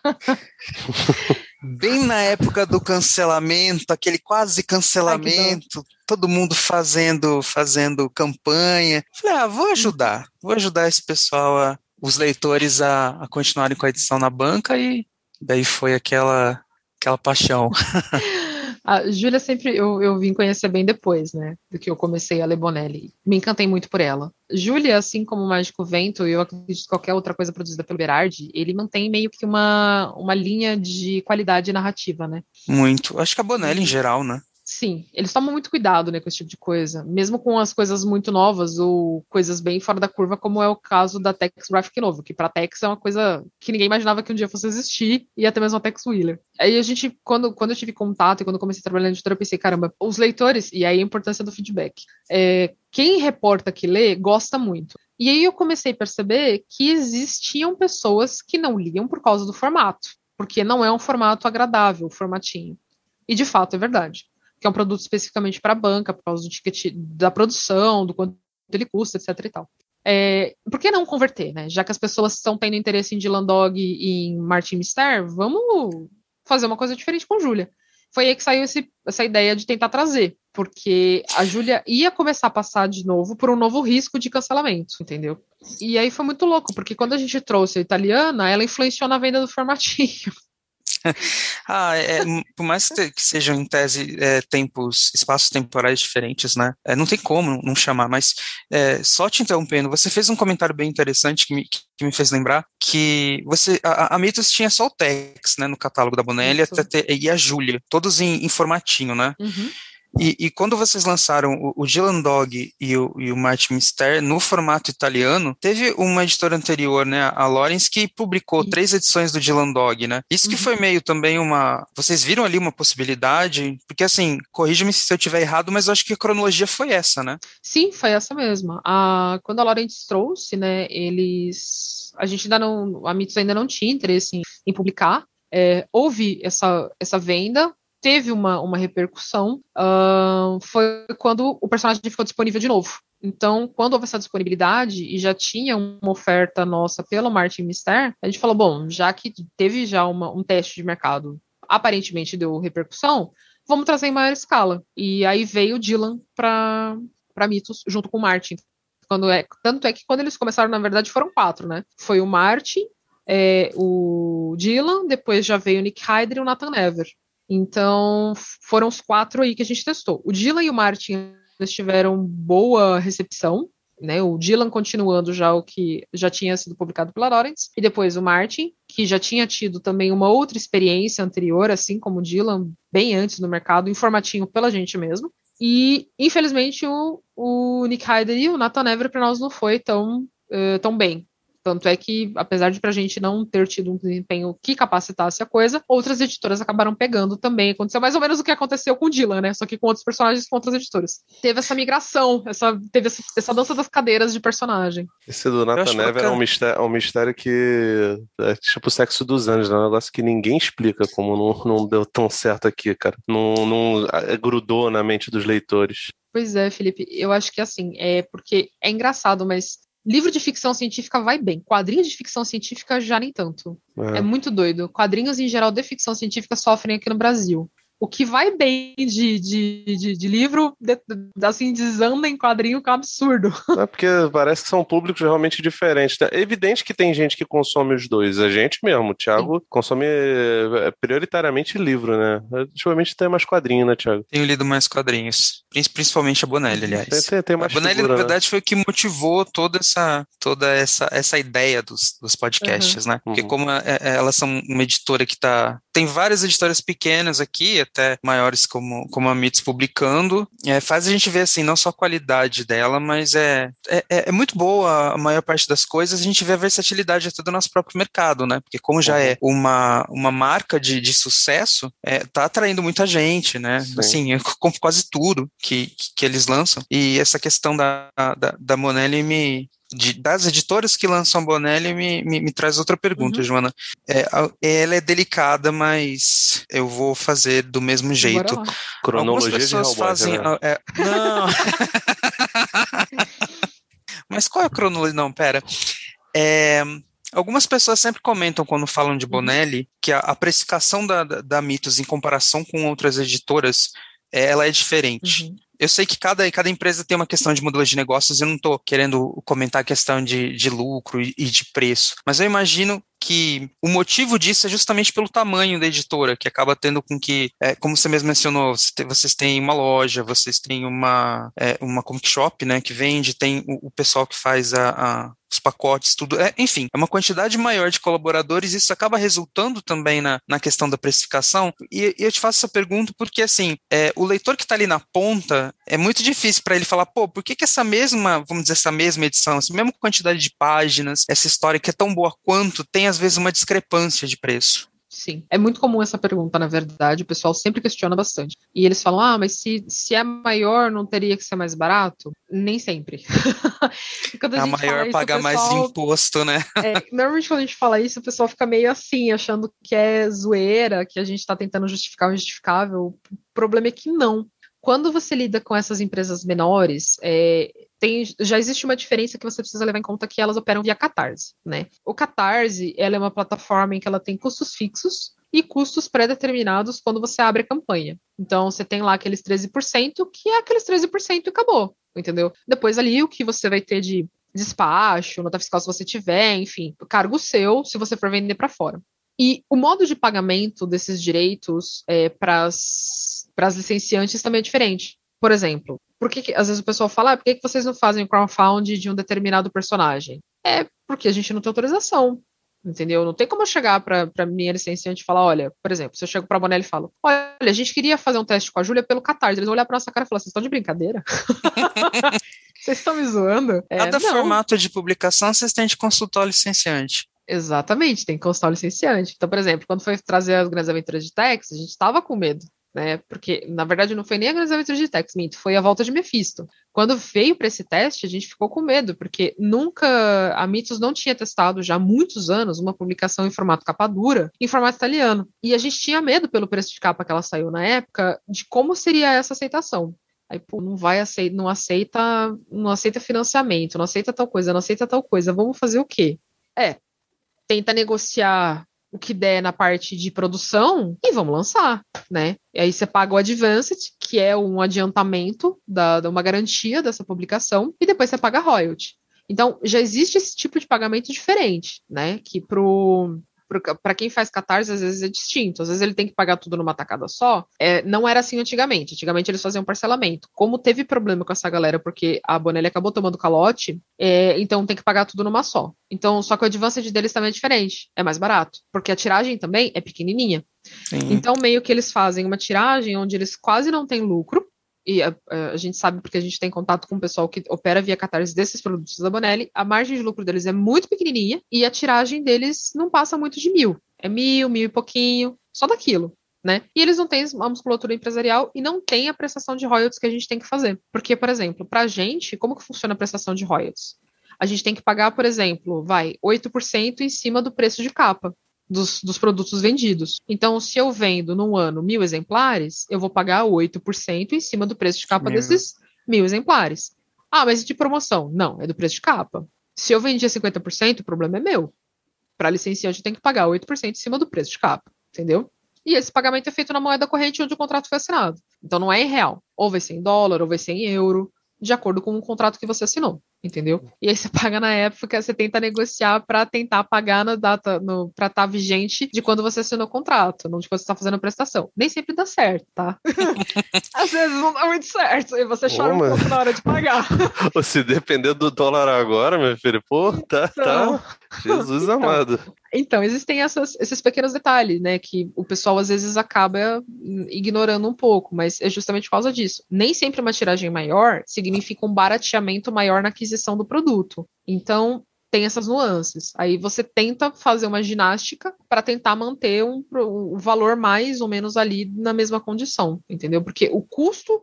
Bem na época do cancelamento, aquele quase cancelamento, todo mundo fazendo campanha. Falei, vou ajudar esse pessoal, os leitores a continuarem com a edição na banca, e daí foi aquela paixão. A Júlia sempre, eu vim conhecer bem depois, né, do que eu comecei a ler Bonelli. Me encantei muito por ela. Júlia, assim como o Mágico Vento, e eu acredito que qualquer outra coisa produzida pelo Berardi, ele mantém meio que uma linha de qualidade narrativa, né? Muito. Acho que a Bonelli em geral, né? Sim, eles tomam muito cuidado, né, com esse tipo de coisa, mesmo com as coisas muito novas ou coisas bem fora da curva, como é o caso da Tex Graphic Novel, que para Tex é uma coisa que ninguém imaginava que um dia fosse existir, e até mesmo a Tex Wheeler. Aí a gente, quando eu tive contato e quando eu comecei a trabalhar na editora, eu pensei, caramba, os leitores, e aí a importância do feedback, quem reporta que lê, gosta muito. E aí eu comecei a perceber que existiam pessoas que não liam por causa do formato, porque não é um formato agradável, o formatinho. E de fato é verdade. Que é um produto especificamente para a banca, por causa do ticket da produção, do quanto ele custa, etc e tal. Por que não converter, né? Já que as pessoas estão tendo interesse em Dylan Dog e em Martin Mister, vamos fazer uma coisa diferente com a Júlia. Foi aí que saiu essa ideia de tentar trazer, porque a Júlia ia começar a passar de novo por um novo risco de cancelamento, entendeu? E aí foi muito louco, porque quando a gente trouxe a italiana, ela influenciou na venda do formatinho. Por mais que sejam em tese espaços temporais diferentes, né? Não tem como não chamar, mas só te interrompendo, você fez um comentário bem interessante que me fez lembrar que a Mitos tinha só o Tex, né, no catálogo da Bonelli e a Júlia, todos em formatinho, né? Uhum. E quando vocês lançaram o Dylan Dog e o Martin Mister no formato italiano, teve uma editora anterior, né, a Lawrence, que publicou 3 edições do Dylan Dog, né? Isso que foi meio também Vocês viram ali uma possibilidade? Porque assim, corrija-me se eu estiver errado, mas eu acho que a cronologia foi essa, né? Sim, foi essa mesma. Quando a Lawrence trouxe, né, a gente ainda não, a Mitos ainda não tinha interesse em publicar. Houve essa venda, teve uma repercussão, foi quando o personagem ficou disponível de novo. Então, quando houve essa disponibilidade e já tinha uma oferta nossa pelo Martin Mister, a gente falou, bom, já que teve já um teste de mercado, aparentemente deu repercussão, vamos trazer em maior escala. E aí veio o Dylan para Mitos, junto com o Martin. Tanto é que quando eles começaram, na verdade, foram 4, né? Foi o Martin, o Dylan, depois já veio o Nick Hyder e o Nathan Never. Então, foram os 4 aí que a gente testou. O Dylan e o Martin eles tiveram boa recepção, né? O Dylan continuando já o que já tinha sido publicado pela Lawrence, e depois o Martin, que já tinha tido também uma outra experiência anterior, assim como o Dylan, bem antes no mercado, em formatinho pela gente mesmo. E, infelizmente, o Nick Hyder e o Nathan Never para nós não foi tão bem. Tanto é que, apesar de pra gente não ter tido um desempenho que capacitasse a coisa, outras editoras acabaram pegando também. Aconteceu mais ou menos o que aconteceu com o Dylan, né? Só que com outros personagens com outras editoras. Teve essa migração, teve essa dança das cadeiras de personagem. Esse do Nathan Never é um mistério que é tipo o sexo dos anjos, né? Um negócio que ninguém explica como não deu tão certo aqui, cara. Não grudou na mente dos leitores. Pois é, Felipe. Eu acho que assim, porque é engraçado, mas livro de ficção científica vai bem. Quadrinhos de ficção científica já nem tanto. É muito doido. Quadrinhos, em geral, de ficção científica sofrem aqui no Brasil. O que vai bem de livro, assim, desanda em quadrinho, que é um absurdo. Porque parece que são públicos realmente diferentes. É evidente que tem gente que consome os dois. A gente mesmo, o Thiago, consome prioritariamente livro, né? Ultimamente tem mais quadrinho, né, Thiago? Tenho lido mais quadrinhos. Principalmente a Bonelli, aliás. Tem mais a Bonelli, figura, na verdade, foi o que motivou toda essa ideia dos podcasts, né? Porque como elas são uma editora que tem várias editoras pequenas aqui, até maiores como a Mitos publicando, faz a gente ver, assim, não só a qualidade dela, mas é muito boa a maior parte das coisas, a gente vê a versatilidade até do nosso próprio mercado, né? Porque como já é uma marca de sucesso, tá atraindo muita gente, né? Sim. Assim, eu compro quase tudo que eles lançam, e essa questão da Bonelli das editoras que lançam a Bonelli me traz outra pergunta, Joana. Ela é delicada, mas eu vou fazer do mesmo jeito. Cronologia algumas pessoas de Hellboy, fazem... Não! Mas qual é a cronologia? Não, pera. Algumas pessoas sempre comentam quando falam de Bonelli que a precificação da Mitos em comparação com outras editoras, ela é diferente. Eu sei que cada empresa tem uma questão de modelo de negócios, eu não estou querendo comentar a questão de lucro e de preço, mas eu imagino que o motivo disso é justamente pelo tamanho da editora, que acaba tendo com que, como você mesmo mencionou, vocês têm uma loja, vocês têm uma comic shop, né, que vende, tem o pessoal que faz os pacotes, tudo. Enfim, é uma quantidade maior de colaboradores, isso acaba resultando também na questão da precificação. E eu te faço essa pergunta porque, assim, o leitor que está ali na ponta, é muito difícil para ele falar, pô, por que essa mesma, vamos dizer, essa mesma edição, essa mesma quantidade de páginas, essa história que é tão boa quanto, tem às vezes uma discrepância de preço? Sim, é muito comum essa pergunta, na verdade, o pessoal sempre questiona bastante. E eles falam, mas se é maior, não teria que ser mais barato? Nem sempre. Quando a gente maior fala pagar isso, mais imposto, né? Normalmente quando a gente fala isso, o pessoal fica meio assim, achando que é zoeira, que a gente está tentando justificar o injustificável. O problema é que não. Quando você lida com essas empresas menores, já existe uma diferença que você precisa levar em conta, que elas operam via Catarse, né? O Catarse, ela é uma plataforma em que ela tem custos fixos e custos pré-determinados quando você abre a campanha. Então, você tem lá aqueles 13%, que é aqueles 13% e acabou, entendeu? Depois ali, o que você vai ter de despacho, nota fiscal se você tiver, enfim, cargo seu, se você for vender para fora. E o modo de pagamento desses direitos para as licenciantes também é diferente. Por exemplo, às vezes o pessoal fala, por que vocês não fazem o crowdfunding de um determinado personagem? É porque a gente não tem autorização, entendeu? Não tem como eu chegar para minha licenciante e falar, olha, por exemplo, se eu chego para a Bonelli e falo, olha, a gente queria fazer um teste com a Júlia pelo Catarse. Eles vão olhar para nossa cara e falar, vocês estão de brincadeira? Vocês estão me zoando? Cada não. formato de publicação, vocês têm de consultar o licenciante. Exatamente, tem que consultar o licenciante. Então, por exemplo, quando foi trazer as Grandes Aventuras de Tex, a gente estava com medo, né? Porque, na verdade, não foi nem a Grandes Aventuras de Tex, minto, foi a volta de Mephisto. Quando veio para esse teste, a gente ficou com medo, porque a Mitos não tinha testado já há muitos anos uma publicação em formato capa dura, em formato italiano. E a gente tinha medo, pelo preço de capa que ela saiu na época, de como seria essa aceitação. Aí, pô, não aceita financiamento, não aceita tal coisa, vamos fazer o quê? Tenta negociar o que der na parte de produção e vamos lançar, né? E aí você paga o Advanced, que é um adiantamento uma garantia dessa publicação, e depois você paga a royalty. Então, já existe esse tipo de pagamento diferente, né? Que para quem faz Catarse, às vezes é distinto. Às vezes ele tem que pagar tudo numa tacada só. Não era assim antigamente. Antigamente eles faziam parcelamento. Como teve problema com essa galera, porque a Bonelli acabou tomando calote, então tem que pagar tudo numa só. Então, só que o Advanced deles também é diferente. É mais barato. Porque a tiragem também é pequenininha. Sim. Então, meio que eles fazem uma tiragem onde eles quase não têm lucro. E a gente sabe porque a gente tem contato com o pessoal que opera via Catarse desses produtos da Bonelli, a margem de lucro deles é muito pequenininha e a tiragem deles não passa muito de 1.000. É 1.000 e pouquinho, só daquilo, né? E eles não têm a musculatura empresarial e não têm a prestação de royalties que a gente tem que fazer. Porque, por exemplo, pra gente, como que funciona a prestação de royalties? A gente tem que pagar, por exemplo, 8% em cima do preço de capa dos produtos vendidos. Então, se eu vendo num ano 1.000 exemplares, eu vou pagar 8% em cima do preço de capa desses 1.000 exemplares. Mas de promoção? Não, é do preço de capa. Se eu vendia 50%, o problema é meu. Para licenciante, eu tenho que pagar 8% em cima do preço de capa, entendeu? E esse pagamento é feito na moeda corrente onde o contrato foi assinado. Então, não é em real. Ou vai ser em dólar, ou vai ser em euro, de acordo com o contrato que você assinou, entendeu? E aí você paga na época, você tenta negociar para tentar pagar na data, para estar vigente de quando você assinou o contrato, não de quando você está fazendo a prestação. Nem sempre dá certo, tá? Às vezes não dá muito certo, e você chora um pouco na hora de pagar. Se depender do dólar agora, meu filho, tá. Jesus amado. Então, existem esses pequenos detalhes, né, que o pessoal às vezes acaba ignorando um pouco, mas é justamente por causa disso. Nem sempre uma tiragem maior significa um barateamento maior na aquisição do produto. Então, tem essas nuances. Aí você tenta fazer uma ginástica para tentar manter um valor mais ou menos ali na mesma condição, entendeu? Porque o custo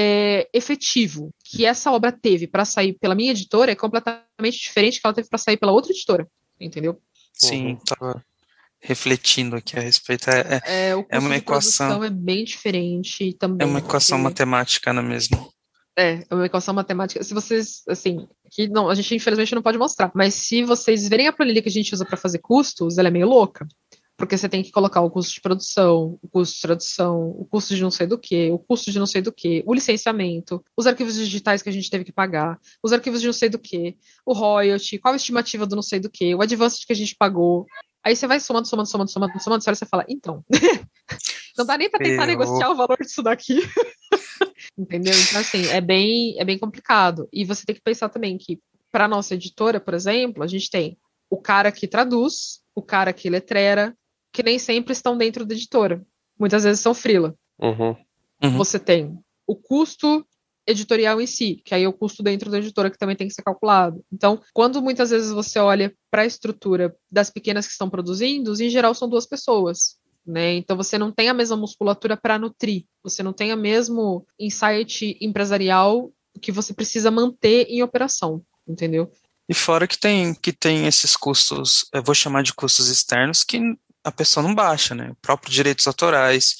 efetivo que essa obra teve para sair pela minha editora é completamente diferente do que ela teve para sair pela outra editora, entendeu? Sim, estava refletindo aqui a respeito. O custo uma de equação. produção é bem diferente também. É uma equação matemática, não é mesmo? É uma equação matemática. Se vocês, assim, que não, a gente infelizmente não pode mostrar, mas se vocês verem a planilha que a gente usa para fazer custos, ela é meio louca. Porque você tem que colocar o custo de produção, o custo de tradução, o custo de não sei do que, o custo de não sei do que, o licenciamento, os arquivos digitais que a gente teve que pagar, os arquivos de não sei do que, o royalty, qual a estimativa do não sei do que, o advance que a gente pagou. Aí você vai somando, você fala, então, não dá nem para tentar negociar o valor disso daqui. Entendeu? Então, assim, é bem complicado. E você tem que pensar também que para a nossa editora, por exemplo, a gente tem o cara que traduz, o cara que letrera, que nem sempre estão dentro da editora. Muitas vezes são freela. Uhum. Você tem o custo editorial em si, que aí é o custo dentro da editora que também tem que ser calculado. Então, quando muitas vezes você olha para a estrutura das pequenas que estão produzindo, em geral são 2 pessoas, né? Então você não tem a mesma musculatura para nutrir, você não tem o mesmo insight empresarial que você precisa manter em operação, entendeu? E fora que tem esses custos, eu vou chamar de custos externos, que a pessoa não baixa, né? O próprio direitos autorais,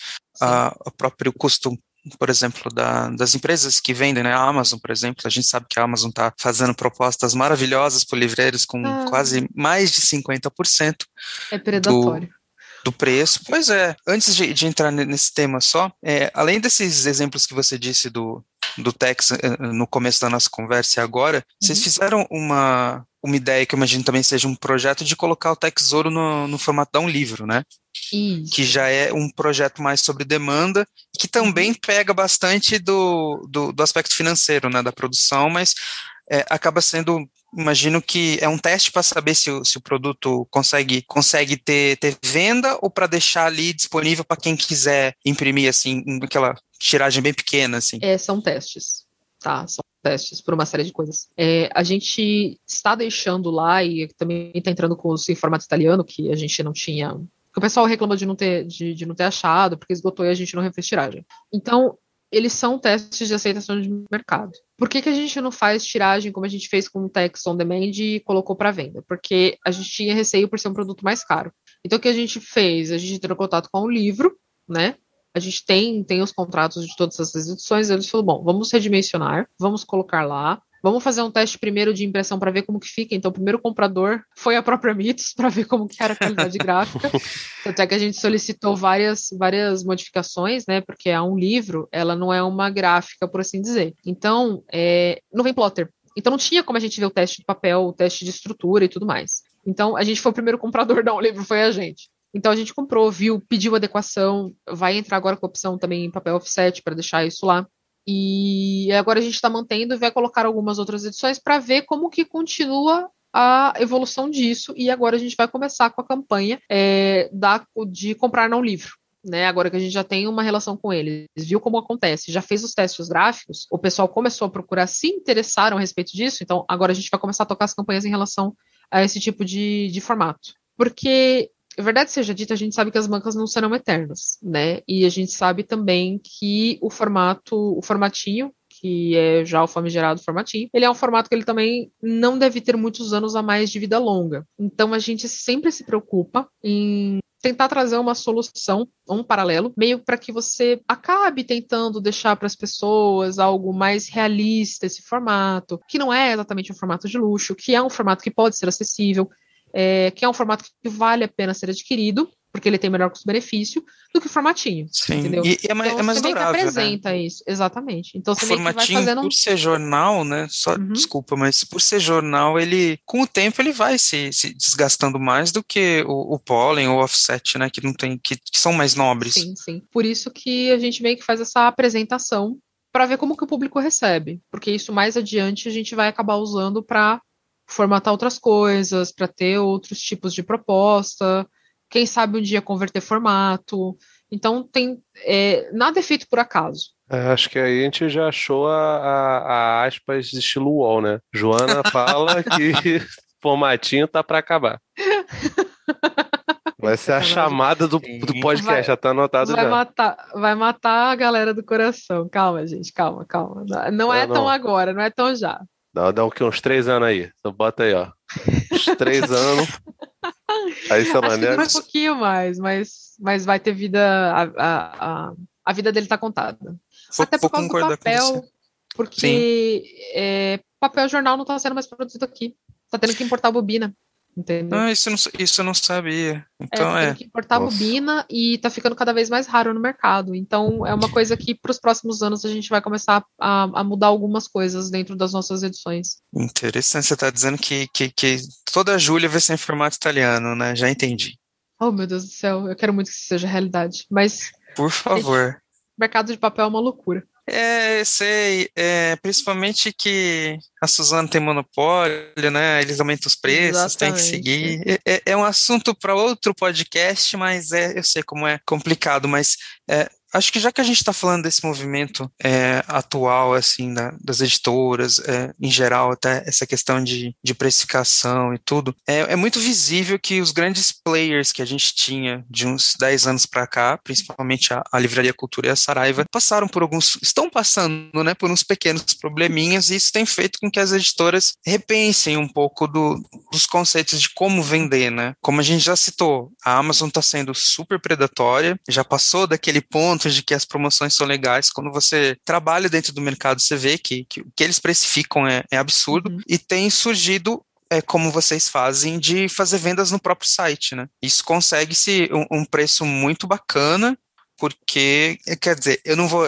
o próprio custo, por exemplo, das empresas que vendem, né? A Amazon, por exemplo, a gente sabe que a Amazon está fazendo propostas maravilhosas para livreiros com quase mais de 50% é predatório. Do preço. Pois é, antes de entrar nesse tema só, além desses exemplos que você disse do Tex no começo da nossa conversa e agora, vocês fizeram uma ideia que eu imagino também seja um projeto de colocar o Texouro no formato de um livro, né? Isso. Que já é um projeto mais sobre demanda, que também pega bastante do aspecto financeiro, né, da produção, mas acaba sendo, imagino que é um teste para saber se o produto consegue ter venda ou para deixar ali disponível para quem quiser imprimir, assim, aquela tiragem bem pequena, assim. São testes, tá? São testes por uma série de coisas. A gente está deixando lá e também está entrando com os em formato italiano, que a gente não tinha... O pessoal reclama de não ter achado, porque esgotou e a gente não refez tiragem. Então, eles são testes de aceitação de mercado. Por que a gente não faz tiragem como a gente fez com o Tex On Demand e colocou para venda? Porque a gente tinha receio por ser um produto mais caro. Então, o que a gente fez? A gente entrou em contato com o livro, né? A gente tem os contratos de todas essas edições, e eles falaram, bom, vamos redimensionar, vamos colocar lá, vamos fazer um teste primeiro de impressão para ver como que fica. Então, o primeiro comprador foi a própria Mitos para ver como que era a qualidade gráfica. Até que a gente solicitou várias modificações, né? Porque um livro, ela não é uma gráfica, por assim dizer. Então, não vem plotter. Então, não tinha como a gente ver o teste de papel, o teste de estrutura e tudo mais. Então, a gente foi o primeiro comprador de um livro, foi a gente. Então, a gente comprou, viu, pediu adequação, vai entrar agora com a opção também em papel offset para deixar isso lá. E agora a gente está mantendo e vai colocar algumas outras edições para ver como que continua a evolução disso. E agora a gente vai começar com a campanha de comprar não livro. Né, agora que a gente já tem uma relação com eles, viu como acontece, já fez os testes gráficos, o pessoal começou a procurar, se interessaram a respeito disso, então agora a gente vai começar a tocar as campanhas em relação a esse tipo de formato. Porque, verdade seja dita, a gente sabe que as bancas não serão eternas, né? E a gente sabe também que o formatinho, que é já o famigerado formatinho, ele é um formato que ele também não deve ter muitos anos a mais de vida longa. Então a gente sempre se preocupa em tentar trazer uma solução, um paralelo, meio para que você acabe tentando deixar para as pessoas algo mais realista esse formato, que não é exatamente um formato de luxo, que é um formato que pode ser acessível, que é um formato que vale a pena ser adquirido, porque ele tem melhor custo-benefício, do que o formatinho. Sim, entendeu? e é mais, então, é mais você meio durável, que apresenta isso, exatamente. Então você o meio que vai formatinho, fazendo por ser jornal, né, desculpa, mas por ser jornal, ele, com o tempo, ele vai se desgastando mais do que o pólen ou o offset, né, que não tem, que são mais nobres. Sim, sim. Por isso que a gente meio que faz essa apresentação para ver como que o público recebe, porque isso mais adiante a gente vai acabar usando para formatar outras coisas, para ter outros tipos de proposta, quem sabe um dia converter formato. Então tem nada é feito por acaso. Acho que aí a gente já achou a aspas de estilo UOL, né? Joana fala que formatinho tá para acabar. Vai ser a chamada do podcast, já tá anotado já. Vai matar a galera do coração. Calma, gente, calma. Não é tão agora, não é tão já. Dá uns 3 anos aí. Então bota aí, ó. Uns 3 anos. Aí, sei lá, acho que né? um pouquinho mais, mas vai ter vida. A vida dele tá contada. Até por causa do papel, porque papel jornal não tá sendo mais produzido aqui. Tá tendo que importar bobina. Entendeu? Isso eu não sabia. Então tá tendo que importar bobina e tá ficando cada vez mais raro no mercado. Então é uma coisa que para os próximos anos a gente vai começar a mudar algumas coisas dentro das nossas edições. Interessante, você tá dizendo que toda a Júlia vai ser em formato italiano, né? Já entendi. Oh, meu Deus do céu, eu quero muito que isso seja realidade. Mas, por favor. Gente, mercado de papel é uma loucura. Sei, principalmente que a Suzano tem monopólio, né? Eles aumentam os preços, tem que Exatamente. seguir. É um assunto para outro podcast, mas eu sei como é complicado, mas acho que já que a gente está falando desse movimento atual, assim, das editoras, em geral, até essa questão de precificação e tudo, é muito visível que os grandes players que a gente tinha de uns 10 anos para cá, principalmente a Livraria Cultura e a Saraiva, estão passando, né, por uns pequenos probleminhas, e isso tem feito com que as editoras repensem um pouco dos conceitos de como vender, né? Como a gente já citou, a Amazon está sendo super predatória, já passou daquele ponto de que as promoções são legais. Quando você trabalha dentro do mercado, você vê que o que eles precificam é absurdo, e tem surgido como vocês fazem, de fazer vendas no próprio site, né? Isso consegue-se um preço muito bacana, porque, quer dizer, eu não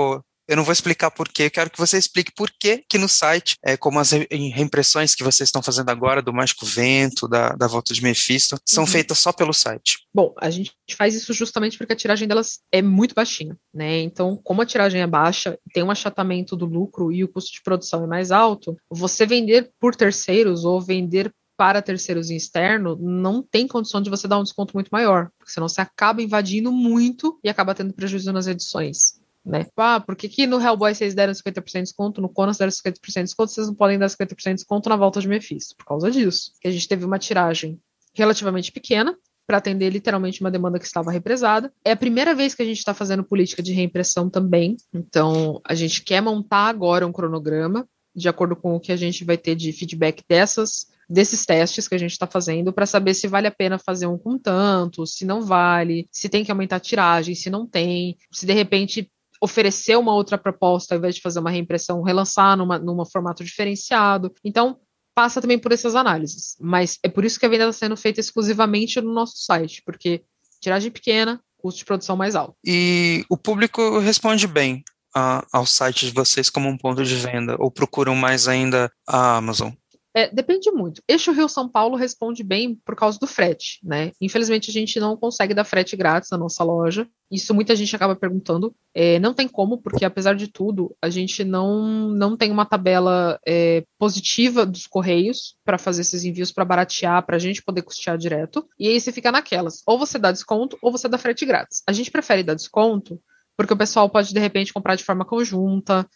vou explicar por quê, eu quero que você explique por que no site, como as reimpressões que vocês estão fazendo agora do Mágico Vento, da Volta de Mephisto, são feitas só pelo site. Bom, a gente faz isso justamente porque a tiragem delas é muito baixinha, né? Então, como a tiragem é baixa, tem um achatamento do lucro e o custo de produção é mais alto, você vender por terceiros ou vender para terceiros externos, não tem condição de você dar um desconto muito maior, porque senão você acaba invadindo muito e acaba tendo prejuízo nas edições. Né? Por que no Hellboy vocês deram 50% de desconto, no Conan deram 50% de desconto, vocês não podem dar 50% de desconto na Volta de Mephisto? Por causa disso. Que a gente teve uma tiragem relativamente pequena para atender literalmente uma demanda que estava represada. É a primeira vez que a gente está fazendo política de reimpressão também, então a gente quer montar agora um cronograma de acordo com o que a gente vai ter de feedback desses testes que a gente está fazendo, para saber se vale a pena fazer um com tanto, se não vale, se tem que aumentar a tiragem, se não tem, se de repente oferecer uma outra proposta ao invés de fazer uma reimpressão, relançar num formato diferenciado. Então, passa também por essas análises. Mas é por isso que a venda está sendo feita exclusivamente no nosso site, porque tiragem pequena, custo de produção mais alto. E o público responde bem ao site de vocês como um ponto de venda, ou procuram mais ainda a Amazon? Depende muito. Eixo Rio-São Paulo responde bem por causa do frete, né? Infelizmente, a gente não consegue dar frete grátis na nossa loja. Isso muita gente acaba perguntando. Não tem como, porque apesar de tudo, a gente não tem uma tabela positiva dos correios para fazer esses envios, para baratear, para a gente poder custear direto. E aí você fica naquelas. Ou você dá desconto, ou você dá frete grátis. A gente prefere dar desconto, porque o pessoal pode, de repente, comprar de forma conjunta.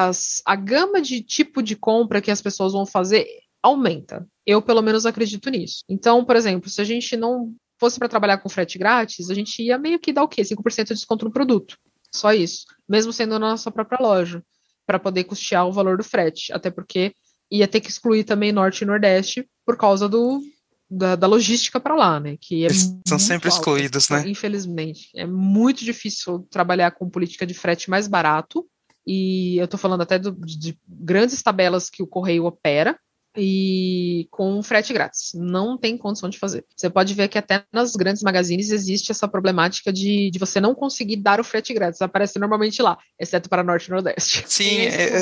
A gama de tipo de compra que as pessoas vão fazer aumenta. Eu, pelo menos, acredito nisso. Então, por exemplo, se a gente não fosse para trabalhar com frete grátis, a gente ia meio que dar o quê? 5% de desconto no produto. Só isso. Mesmo sendo na nossa própria loja, para poder custear o valor do frete. Até porque ia ter que excluir também Norte e Nordeste por causa da logística para lá, né? Que são sempre alta, excluídos, né? Infelizmente. É muito difícil trabalhar com política de frete mais barato. E eu estou falando até de grandes tabelas que o correio opera, e com frete grátis. Não tem condição de fazer. Você pode ver que até nas grandes magazines existe essa problemática de você não conseguir dar o frete grátis. Aparece normalmente lá, exceto para Norte e Nordeste. Sim,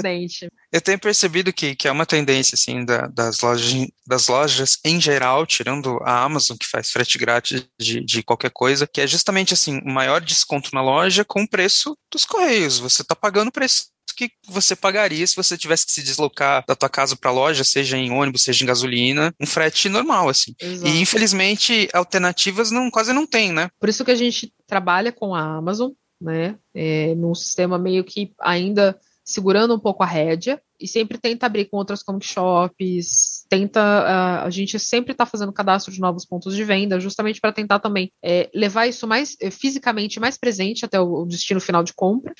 eu tenho percebido que é uma tendência assim, das lojas em geral, tirando a Amazon, que faz frete grátis de qualquer coisa, que é justamente assim, o maior desconto na loja com o preço dos correios. Você está pagando o preço que você pagaria se você tivesse que se deslocar da tua casa para a loja, seja em ônibus, seja em gasolina, um frete normal, assim. Exato. E, infelizmente, alternativas quase não tem, né? Por isso que a gente trabalha com a Amazon, né, num sistema meio que ainda segurando um pouco a rédea, e sempre tenta abrir com outras comic shops, a gente sempre está fazendo cadastro de novos pontos de venda, justamente para tentar também levar isso mais fisicamente mais presente até o destino final de compra,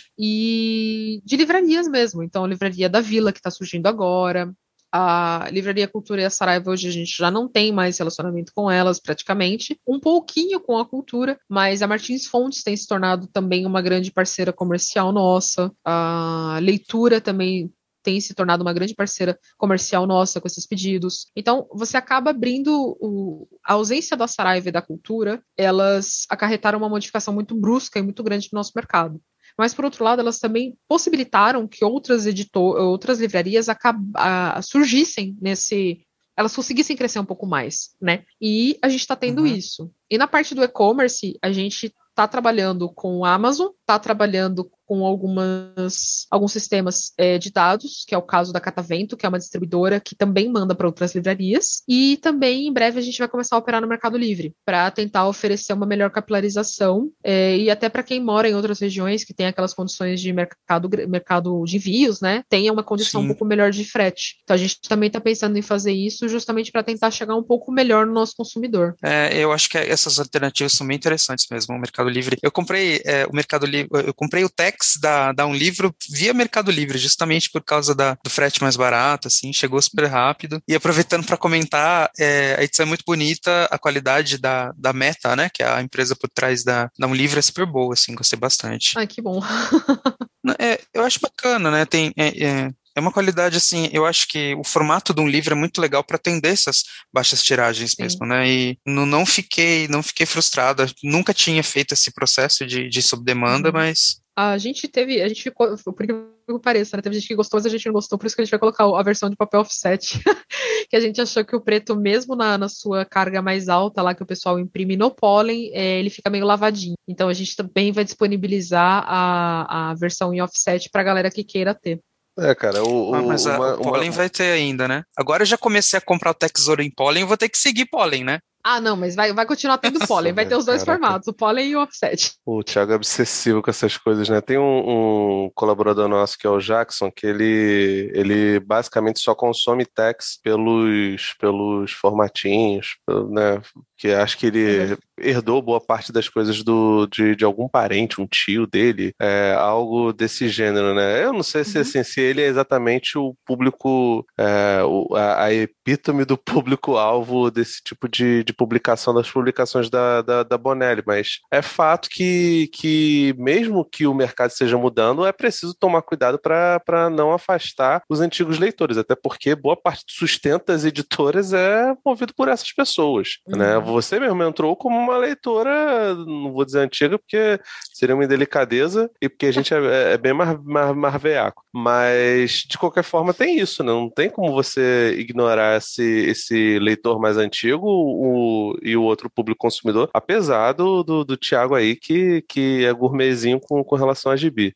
e de livrarias mesmo. Então, a livraria da Vila, que está surgindo agora, a Livraria Cultura e a Saraiva, hoje a gente já não tem mais relacionamento com elas, praticamente. Um pouquinho com a Cultura, mas a Martins Fontes tem se tornado também uma grande parceira comercial nossa. A Leitura também tem se tornado uma grande parceira comercial nossa com esses pedidos. Então, você acaba abrindo a ausência da Saraiva e da Cultura, elas acarretaram uma modificação muito brusca e muito grande no nosso mercado. Mas, por outro lado, elas também possibilitaram que outras livrarias surgissem elas conseguissem crescer um pouco mais, né? E a gente está tendo isso. E na parte do e-commerce, a gente está trabalhando com a Amazon, está trabalhando com alguns sistemas de dados, que é o caso da Catavento, que é uma distribuidora que também manda para outras livrarias. E também, em breve, a gente vai começar a operar no Mercado Livre, para tentar oferecer uma melhor capilarização, e até para quem mora em outras regiões, que tem aquelas condições de mercado de envios, né, tenha uma condição um pouco melhor de frete. Então, a gente também está pensando em fazer isso justamente para tentar chegar um pouco melhor no nosso consumidor. Eu acho que essas alternativas são bem interessantes mesmo, o Mercado Livre. Eu comprei o Mercado Livre, eu comprei o Tex da Um Livro via Mercado Livre, justamente por causa do frete mais barato, assim, chegou super rápido. E aproveitando para comentar, a edição é muito bonita, a qualidade da Meta, né, que é a empresa por trás da Um Livro, é super boa, assim, gostei bastante. Ah, que bom. Eu acho bacana, né, é uma qualidade, assim, eu acho que o formato de um livro é muito legal para atender essas baixas tiragens mesmo, né, e não fiquei frustrada, nunca tinha feito esse processo de sob demanda, mas... A gente ficou, por incrível que pareça, né? Teve gente que gostou, mas a gente não gostou, por isso que a gente vai colocar a versão de papel offset, que a gente achou que o preto, mesmo na sua carga mais alta, lá que o pessoal imprime no pólen, ele fica meio lavadinho. Então a gente também vai disponibilizar a versão em offset para a galera que queira ter. Cara, mas o pólen vai ter ainda, né? Agora eu já comecei a comprar o Texoro em pólen, eu vou ter que seguir pólen, né? Ah, não, mas vai continuar tendo pólen, vai ter os dois formatos, o pólen e o offset. O Thiago é obsessivo com essas coisas, né? Tem um colaborador nosso que é o Jackson, que ele basicamente só consome text pelos formatinhos, né? Que acho que ele herdou boa parte das coisas de algum parente, um tio dele, algo desse gênero, né? Eu não sei se ele é exatamente o público, a epítome do público-alvo desse tipo de publicação, das publicações da Bonelli, mas é fato que mesmo que o mercado esteja mudando, é preciso tomar cuidado para não afastar os antigos leitores, até porque boa parte do sustento das editoras é movido por essas pessoas, né? Você mesmo entrou como uma leitora, não vou dizer antiga, porque seria uma indelicadeza e porque a gente é bem marveaco. Mas, de qualquer forma, tem isso, né? Não tem como você ignorar esse leitor mais antigo e o outro público consumidor, apesar do Thiago aí, que é gourmetzinho com relação a gibi.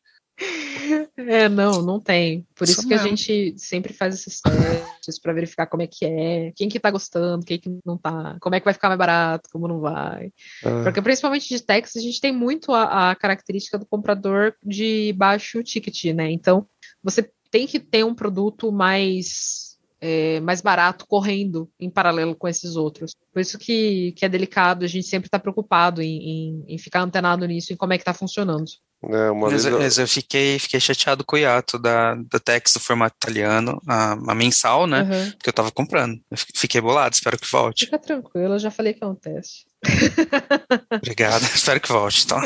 Não tem. Por isso que a gente sempre faz esses testes para verificar como é que é, quem que tá gostando, quem que não tá, como é que vai ficar mais barato, como não vai. Porque principalmente de text, a gente tem muito a característica do comprador de baixo ticket, né? Então, você tem que ter um produto mais barato correndo em paralelo com esses outros. Por isso que é delicado, a gente sempre está preocupado em ficar antenado nisso, em como é que está funcionando. Mas eu fiquei chateado com o hiato da Tex do formato italiano, a mensal, né? Porque eu tava comprando. Eu fiquei bolado, espero que volte. Fica tranquilo, eu já falei que é um teste. Obrigado, espero que volte. Então.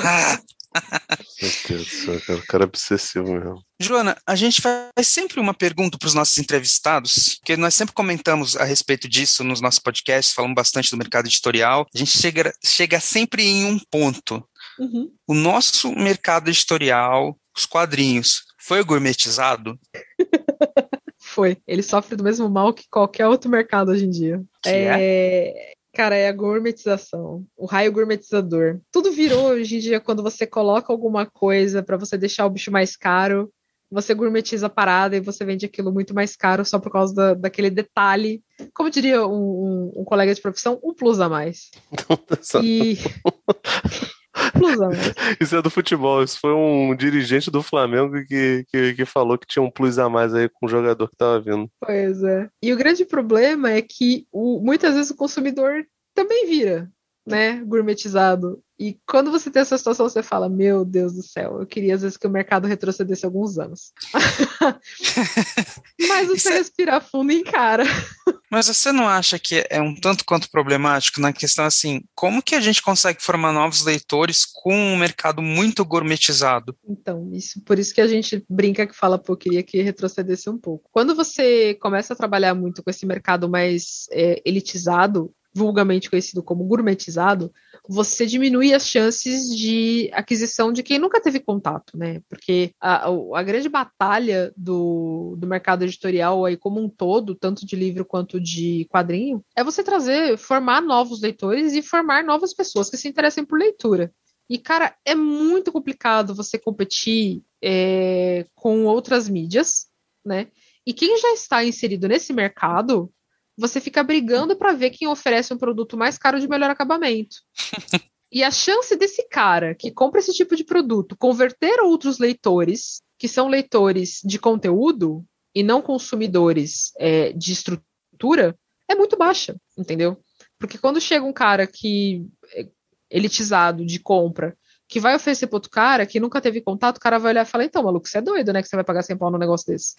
Meu Deus do céu, cara, o cara é obsessivo mesmo. Joana, a gente faz sempre uma pergunta para os nossos entrevistados, porque nós sempre comentamos a respeito disso nos nossos podcasts, falamos bastante do mercado editorial. A gente chega sempre em um ponto. O nosso mercado editorial, os quadrinhos, foi gourmetizado? Foi. Ele sofre do mesmo mal que qualquer outro mercado hoje em dia. Cara, é a gourmetização, o raio gourmetizador. Tudo virou hoje em dia quando você coloca alguma coisa para você deixar o bicho mais caro, você gourmetiza a parada e você vende aquilo muito mais caro só por causa daquele detalhe. Como diria um colega de profissão, um plus a mais. Plus a mais. Isso é do futebol, isso foi um dirigente do Flamengo que falou que tinha um plus a mais aí com o jogador que tava vindo. Pois é. E o grande problema é que muitas vezes o consumidor também vira, né, gourmetizado. E quando você tem essa situação, você fala, meu Deus do céu, eu queria às vezes que o mercado retrocedesse alguns anos. Mas você respira fundo e encara. Mas você não acha que é um tanto quanto problemático na questão assim, como que a gente consegue formar novos leitores com um mercado muito gourmetizado? Então, por isso que a gente brinca que fala, pô, eu queria que retrocedesse um pouco. Quando você começa a trabalhar muito com esse mercado mais elitizado, vulgarmente conhecido como gourmetizado, você diminui as chances de aquisição de quem nunca teve contato, né? Porque a grande batalha do mercado editorial aí como um todo, tanto de livro quanto de quadrinho, é você formar novos leitores e formar novas pessoas que se interessem por leitura. E, cara, é muito complicado você competir com outras mídias, né? E quem já está inserido nesse mercado, você fica brigando para ver quem oferece um produto mais caro de melhor acabamento. E a chance desse cara que compra esse tipo de produto converter outros leitores, que são leitores de conteúdo e não consumidores de estrutura, é muito baixa, entendeu? Porque quando chega um cara que elitizado de compra, que vai oferecer para outro cara que nunca teve contato, o cara vai olhar e falar, então, maluco, você é doido, né, que você vai pagar 100 pau num negócio desse.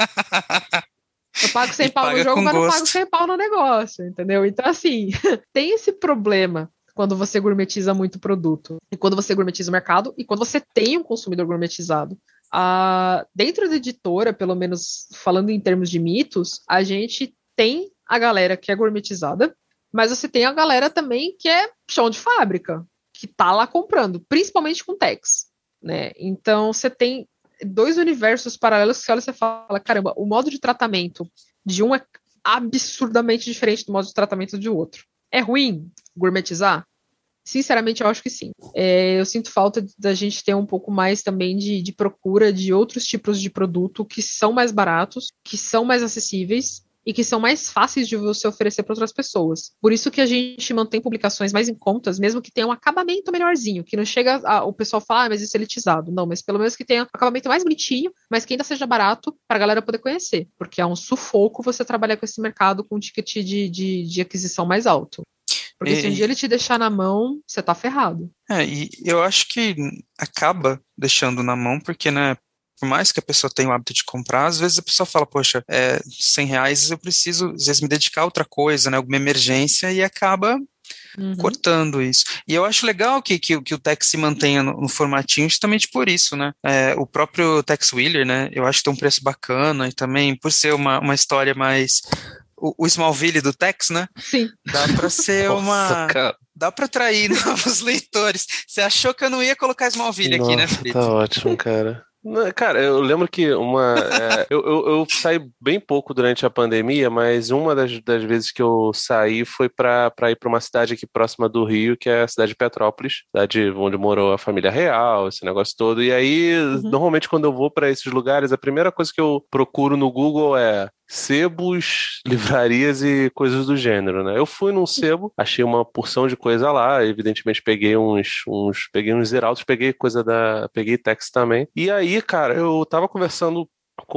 Eu pago 100 pau no jogo, mas não pago 100 pau no negócio, entendeu? Então, assim, tem esse problema quando você gourmetiza muito o produto, e quando você gourmetiza o mercado, e quando você tem um consumidor gourmetizado. Dentro da editora, pelo menos falando em termos de mitos, a gente tem a galera que é gourmetizada, mas você tem a galera também que é chão de fábrica, que tá lá comprando, principalmente com techs, né? Então você tem dois universos paralelos que você olha e você fala, caramba, o modo de tratamento de um é absurdamente diferente do modo de tratamento de outro. É ruim gourmetizar? Sinceramente, eu acho que sim. Eu sinto falta da gente ter um pouco mais também de procura de outros tipos de produto que são mais baratos, que são mais acessíveis e que são mais fáceis de você oferecer para outras pessoas. Por isso que a gente mantém publicações mais em contas, mesmo que tenha um acabamento melhorzinho, que não chega o pessoal falar, mas isso é elitizado. Não, mas pelo menos que tenha um acabamento mais bonitinho, mas que ainda seja barato para a galera poder conhecer, porque é um sufoco você trabalhar com esse mercado com um ticket de aquisição mais alto. Porque se um dia ele te deixar na mão, você tá ferrado. E eu acho que acaba deixando na mão, porque, né, por mais que a pessoa tenha o hábito de comprar, às vezes a pessoa fala, poxa, R$100 eu preciso, às vezes, me dedicar a outra coisa, né, alguma emergência, e acaba cortando isso. E eu acho legal que o Tex se mantenha no formatinho justamente por isso, né? O próprio Tex Willer, né, eu acho que tem um preço bacana, e também por ser uma história mais... O Smallville do Tex, né? Sim. Dá pra ser Nossa, cara. Dá pra atrair novos leitores. Você achou que eu não ia colocar Smallville aqui, né, Felipe? Tá ótimo, cara. Cara, eu lembro que eu saí bem pouco durante a pandemia, mas uma das vezes que eu saí foi pra ir pra uma cidade aqui próxima do Rio, que é a cidade de Petrópolis, cidade onde morou a família real, esse negócio todo. E aí, normalmente, quando eu vou pra esses lugares, a primeira coisa que eu procuro no Google é sebos, livrarias e coisas do gênero, né? Eu fui num sebo, achei uma porção de coisa lá, evidentemente peguei uns Zeraldos, peguei Tex também. E aí, cara, eu tava conversando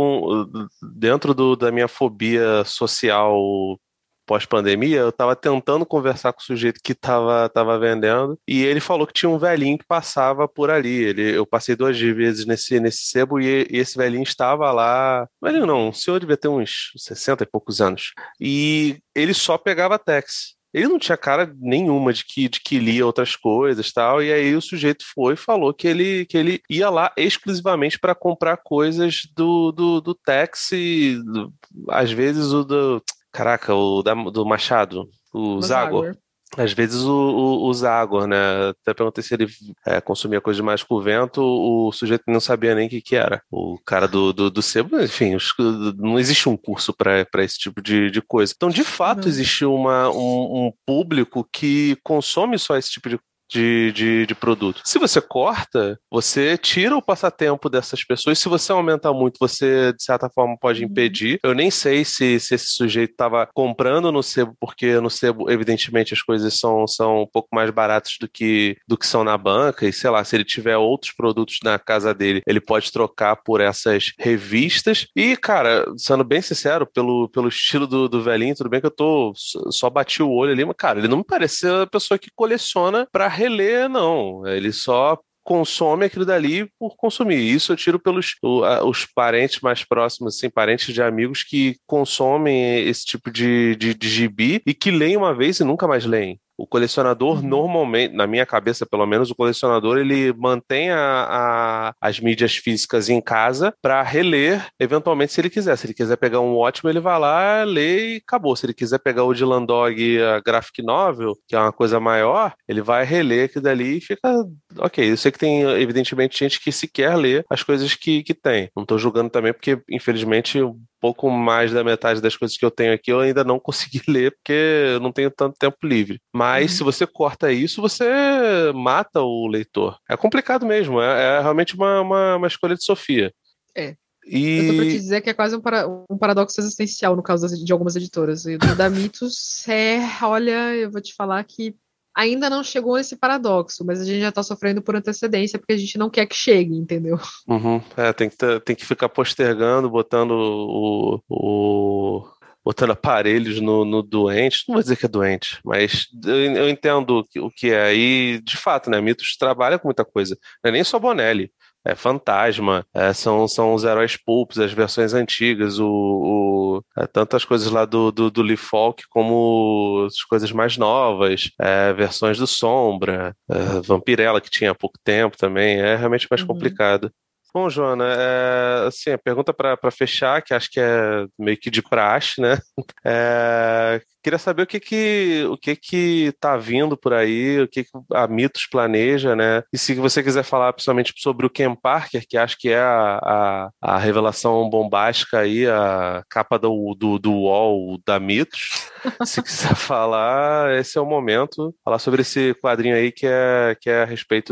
dentro da minha fobia social pós-pandemia, eu tava tentando conversar com o sujeito que tava vendendo, e ele falou que tinha um velhinho que passava por ali. Eu passei 2 vezes nesse sebo e esse velhinho estava lá. Velhinho não, o senhor devia ter uns 60 e poucos anos. E ele só pegava Tex. Ele não tinha cara nenhuma de que lia outras coisas e tal, e aí o sujeito foi e falou que ele ia lá exclusivamente para comprar coisas do Tex e às vezes Caraca, do Machado, o Zagor. Às vezes o Zagor, né? Até perguntei se ele consumia coisa demais com o vento, o sujeito não sabia nem o que era. O cara do sebo, enfim, não existe um curso para esse tipo de coisa. Então, de fato, existe um público que consome só esse tipo de produto. Se você corta, você tira o passatempo dessas pessoas. Se você aumentar muito, você, de certa forma, pode impedir. Eu nem sei se esse sujeito estava comprando no sebo, porque no sebo, evidentemente, as coisas são um pouco mais baratas do que são na banca, e sei lá, se ele tiver outros produtos na casa dele, ele pode trocar por essas revistas. E, cara, sendo bem sincero, pelo estilo do velhinho, tudo bem que eu só bati o olho ali, mas, cara, ele não me parecia a pessoa que coleciona pra reler, não. Ele só consome aquilo dali por consumir. Isso eu tiro pelos os parentes mais próximos, assim, parentes de amigos que consomem esse tipo de gibi e que leem uma vez e nunca mais leem. O colecionador, normalmente, na minha cabeça pelo menos, o colecionador ele mantém as mídias físicas em casa para reler, eventualmente, se ele quiser. Se ele quiser pegar um ótimo, ele vai lá, lê e acabou. Se ele quiser pegar o Dylan Dog, a Graphic Novel, que é uma coisa maior, ele vai reler aquilo dali e fica Ok, eu sei que tem, evidentemente, gente que sequer lê as coisas que tem. Não tô julgando também, porque, infelizmente, um pouco mais da metade das coisas que eu tenho aqui eu ainda não consegui ler, porque eu não tenho tanto tempo livre. Mas, se você corta isso, você mata o leitor. É complicado mesmo, é realmente uma escolha de Sofia. É. Eu tô pra te E dizer que é quase um paradoxo existencial no caso de algumas editoras. E do da Mitos, olha, eu vou te falar que ainda não chegou nesse paradoxo, mas a gente já tá sofrendo por antecedência porque a gente não quer que chegue, entendeu? tem que ficar postergando, botando aparelhos no doente. Não vou dizer que é doente, mas eu entendo o que é. E, de fato, né, Mitos trabalha com muita coisa. Não é nem só Bonelli. É Fantasma, são os heróis pulps, as versões antigas, tantas coisas lá do Lee Falk, como as coisas mais novas, versões do Sombra, Vampirella, que tinha há pouco tempo também, é realmente mais complicado. Bom, Joana, assim, a pergunta para fechar, que acho que é meio que de praxe, né? Queria saber o que tá vindo por aí, o que a Mitos planeja, né? E se você quiser falar principalmente sobre o Ken Parker, que acho que é a revelação bombástica aí, a capa do UOL da Mitos. Se quiser falar, esse é o momento. Falar sobre esse quadrinho aí que é a respeito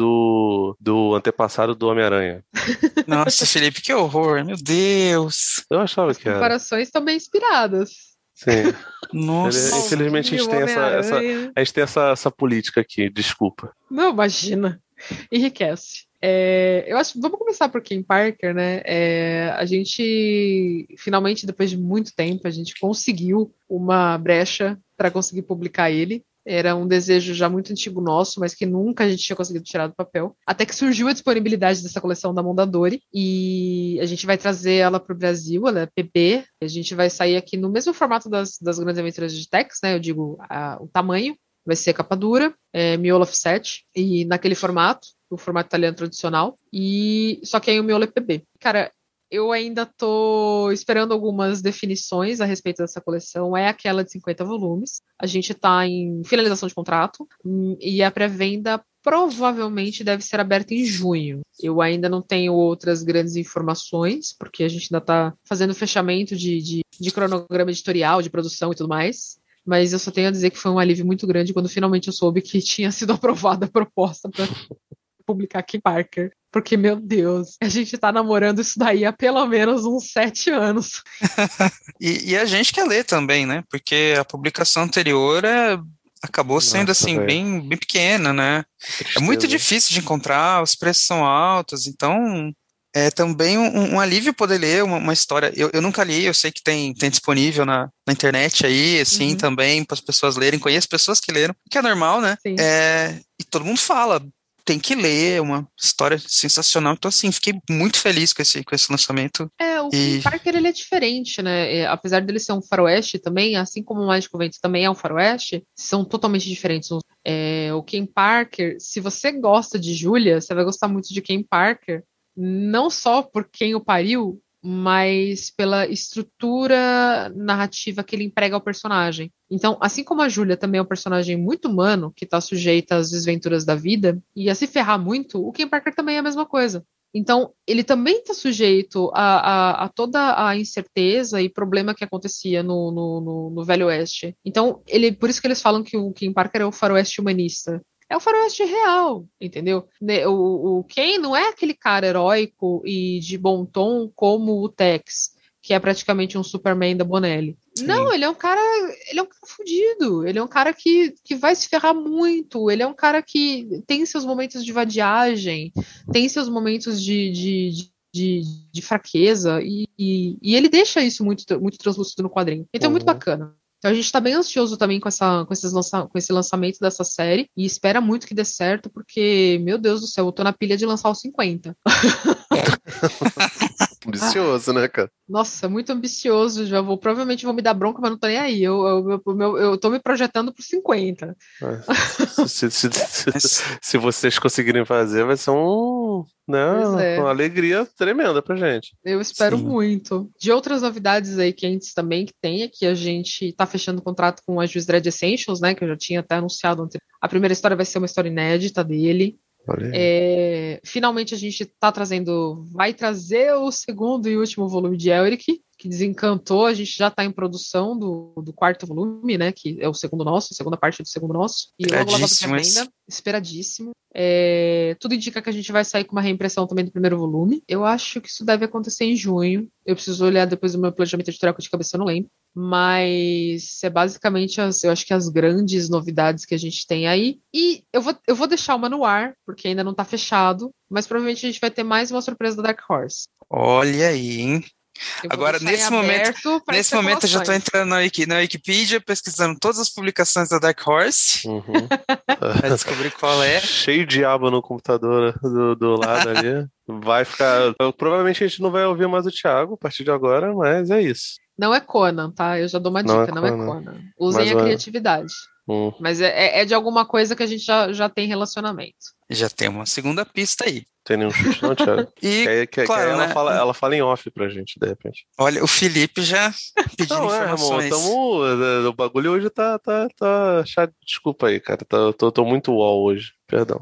do antepassado do Homem-Aranha. Nossa, Felipe, que horror, meu Deus. Eu achava As que era. comparações estão bem inspiradas. Sim. Nossa. Infelizmente a gente tem essa política aqui, desculpa. Não, imagina. Enriquece. Eu acho, vamos começar por Ken Parker, né? A gente, finalmente, depois de muito tempo, a gente conseguiu uma brecha para conseguir publicar ele. Era um desejo já muito antigo nosso, mas que nunca a gente tinha conseguido tirar do papel. Até que surgiu a disponibilidade dessa coleção da Mondadori e a gente vai trazer ela para o Brasil, ela é PB. A gente vai sair aqui no mesmo formato das Grandes Aventuras de Tex, né? Eu digo, o tamanho. Vai ser capa dura, miolo offset, e naquele formato, o formato italiano tradicional, e só que aí o miolo é PB. Cara, eu ainda tô esperando algumas definições a respeito dessa coleção, é aquela de 50 volumes. A gente tá em finalização de contrato, e a pré-venda provavelmente deve ser aberta em junho. Eu ainda não tenho outras grandes informações, porque a gente ainda tá fazendo fechamento de cronograma editorial, de produção e tudo mais. Mas eu só tenho a dizer que foi um alívio muito grande quando finalmente eu soube que tinha sido aprovada a proposta para publicar Ken Parker. Porque, meu Deus, a gente tá namorando isso daí há pelo menos uns 7 anos. E a gente quer ler também, né? Porque a publicação anterior acabou sendo, assim, bem pequena, né? É muito difícil de encontrar, os preços são altos, então... É também um alívio poder ler uma história. Eu nunca li, eu sei que tem disponível na internet aí, assim, também, para as pessoas lerem. Conheço pessoas que leram, que é normal, né? Sim. E todo mundo fala, tem que ler, uma história sensacional. Então, assim, fiquei muito feliz com esse lançamento. O Ken Parker, ele é diferente, né? Apesar dele ser um faroeste também, assim como o Mágico Vento também é um faroeste, são totalmente diferentes. O Ken Parker, se você gosta de Julia, você vai gostar muito de Ken Parker, não só por quem o pariu, mas pela estrutura narrativa que ele emprega ao personagem. Então, assim como a Júlia também é um personagem muito humano, que está sujeita às desventuras da vida, e a se ferrar muito, o Ken Parker também é a mesma coisa. Então, ele também está sujeito a toda a incerteza e problema que acontecia no Velho Oeste. Então, por isso que eles falam que o Ken Parker é o faroeste humanista. É o faroeste real, entendeu? O Ken não é aquele cara heróico e de bom tom como o Tex, que é praticamente um Superman da Bonelli. Sim. Não, ele é um cara fudido. Ele é um cara que vai se ferrar muito. Ele é um cara que tem seus momentos de vadiagem, tem seus momentos de fraqueza, e ele deixa isso muito translúcido no quadrinho. Então é muito bacana. Então a gente tá bem ansioso também com esse lançamento dessa série e espera muito que dê certo, porque, meu Deus do céu, eu tô na pilha de lançar os 50. Ambicioso, né, cara? Nossa, muito ambicioso. Provavelmente vou me dar bronca, mas não tô nem aí. Eu tô me projetando pro 50. Se vocês conseguirem fazer, vai ser uma alegria tremenda pra gente. Eu espero muito. De outras novidades aí quentes também que tem, é que a gente tá fechando contrato com a Juiz Dredd Essentials, né? Que eu já tinha até anunciado antes. A primeira história vai ser uma história inédita dele. Olha aí. Finalmente a gente vai trazer o segundo e último volume de Elric, que desencantou. A gente já está em produção do quarto volume, né? Que é o segundo nosso, a segunda parte do segundo nosso. E logo vai para venda, esperadíssimo. Tudo indica que a gente vai sair com uma reimpressão também do primeiro volume. Eu acho que isso deve acontecer em junho. Eu preciso olhar depois do meu planejamento editorial, que de cabeça eu não lembro. Mas é basicamente eu acho que as grandes novidades que a gente tem aí. E eu vou deixar uma no ar, porque ainda não tá fechado, mas provavelmente a gente vai ter mais uma surpresa da Dark Horse. Olha aí, hein? Agora, nesse momento eu já estou entrando na Wikipedia, pesquisando todas as publicações da Dark Horse, para descobrir qual é. Cheio de aba no computador do lado ali. Vai ficar... Provavelmente a gente não vai ouvir mais o Thiago a partir de agora, mas é isso. Não é Conan, tá? Eu já dou uma dica, não é Conan. Usem a criatividade. Mas é de alguma coisa que a gente já tem relacionamento. Já tem uma segunda pista aí. Tem nenhum chute não, Thiago? Claro, ela, né? ela fala em off pra gente, de repente. Olha, o Felipe já pediu informações. Irmão, o bagulho hoje tá chato. Desculpa aí, cara. Tô muito uol hoje. Perdão.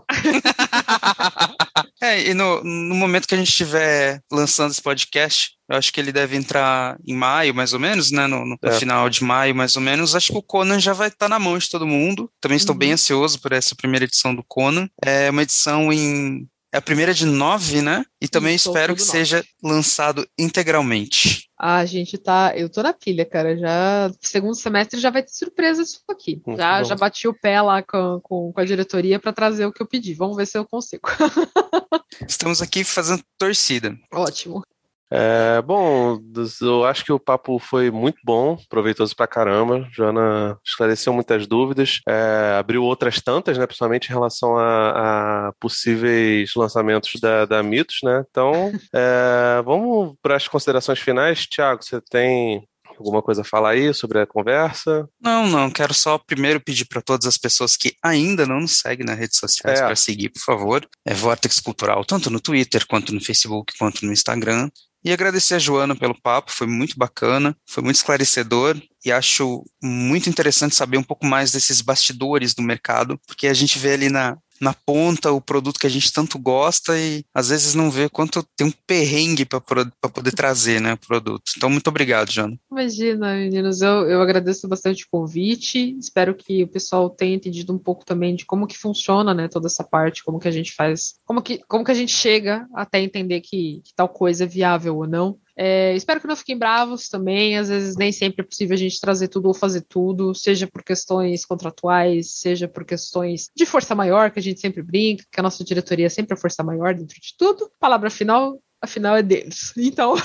E no momento que a gente estiver lançando esse podcast, eu acho que ele deve entrar em maio, mais ou menos, né? No final de maio, mais ou menos. Acho que o Conan já vai estar na mão de todo mundo. Também estou bem ansioso por essa primeira edição do Conan. É uma edição É a primeira de 9, né? E também espero que seja lançado integralmente. Gente, eu tô na pilha, cara. Já segundo semestre já vai ter surpresa disso aqui. Já bati o pé lá com a diretoria para trazer o que eu pedi. Vamos ver se eu consigo. Estamos aqui fazendo torcida. Ótimo. Bom, eu acho que o papo foi muito bom, proveitoso pra caramba. Joana esclareceu muitas dúvidas, abriu outras tantas, né, principalmente em relação a possíveis lançamentos da Mitos, né? Então, vamos para as considerações finais. Thiago, você tem alguma coisa a falar aí sobre a conversa? Não. Quero só primeiro pedir para todas as pessoas que ainda não nos seguem nas redes sociais para seguir, por favor. Vortex Cultural, tanto no Twitter, quanto no Facebook, quanto no Instagram. E agradecer a Joana pelo papo, foi muito bacana, foi muito esclarecedor e acho muito interessante saber um pouco mais desses bastidores do mercado, porque a gente vê ali na ponta o produto que a gente tanto gosta e às vezes não vê quanto tem um perrengue para poder trazer, né, o produto. Então, muito obrigado, Joana. Imagina, meninos, eu agradeço bastante o convite, espero que o pessoal tenha entendido um pouco também de como que funciona, né, toda essa parte, como que a gente faz, como que a gente chega até entender que tal coisa é viável ou não. Espero que não fiquem bravos também, às vezes nem sempre é possível a gente trazer tudo ou fazer tudo, seja por questões contratuais, seja por questões de força maior, que a gente sempre brinca, que a nossa diretoria é sempre a força maior dentro de tudo. Palavra final, afinal, é deles. Então...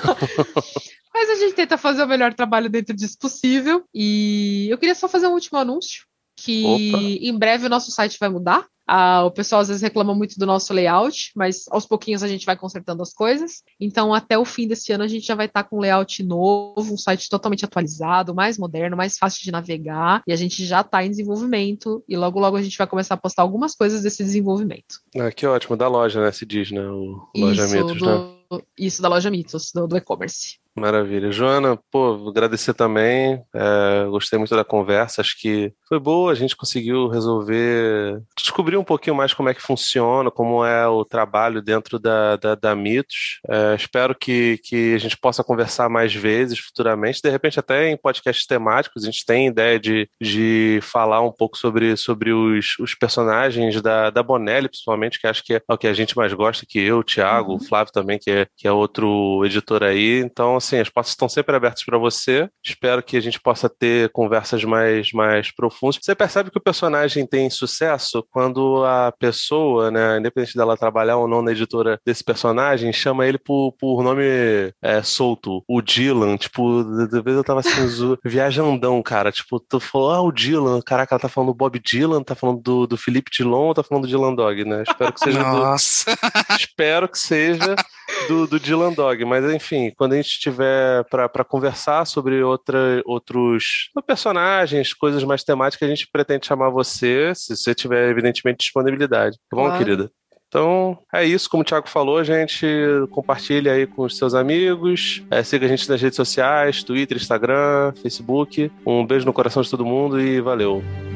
Mas a gente tenta fazer o melhor trabalho dentro disso possível. E eu queria só fazer um último anúncio, que em breve o nosso site vai mudar. O pessoal às vezes reclama muito do nosso layout, mas aos pouquinhos a gente vai consertando as coisas. Então, até o fim desse ano, a gente já vai estar com um layout novo, um site totalmente atualizado, mais moderno, mais fácil de navegar. E a gente já está em desenvolvimento. E logo, logo a gente vai começar a postar algumas coisas desse desenvolvimento. Que ótimo, da loja, né? Se diz, né? Loja Mitos, né? Isso, da loja Mitos, do e-commerce. Maravilha. Joana, agradecer também, gostei muito da conversa, acho que foi boa, a gente conseguiu descobrir um pouquinho mais como é que funciona, como é o trabalho dentro da Mitos. Espero que a gente possa conversar mais vezes futuramente, de repente até em podcasts temáticos. A gente tem ideia de falar um pouco sobre os personagens da Bonelli, principalmente, que acho que é o que a gente mais gosta, que eu, o Thiago, o Flávio também, que é outro editor aí. Então, assim, as portas estão sempre abertas para você. Espero que a gente possa ter conversas mais profundas. Você percebe que o personagem tem sucesso quando a pessoa, né, independente dela trabalhar ou não na editora desse personagem, chama ele por nome solto, o Dylan. Tipo, de vez eu tava assim, viajandão, cara. Tipo, tu falou, o Dylan. Caraca, ela tá falando do Bob Dylan, tá falando do Felipe Dilon, tá falando do Dylan Dog, né? Espero que seja espero que seja do Dylan Dog. Mas, enfim, quando a gente tiver para conversar sobre outros personagens, coisas mais temáticas, a gente pretende chamar você, se você tiver, evidentemente, disponibilidade. Tá bom, querida? Então, é isso. Como o Thiago falou, gente, compartilha aí com os seus amigos, siga a gente nas redes sociais, Twitter, Instagram, Facebook. Um beijo no coração de todo mundo e valeu!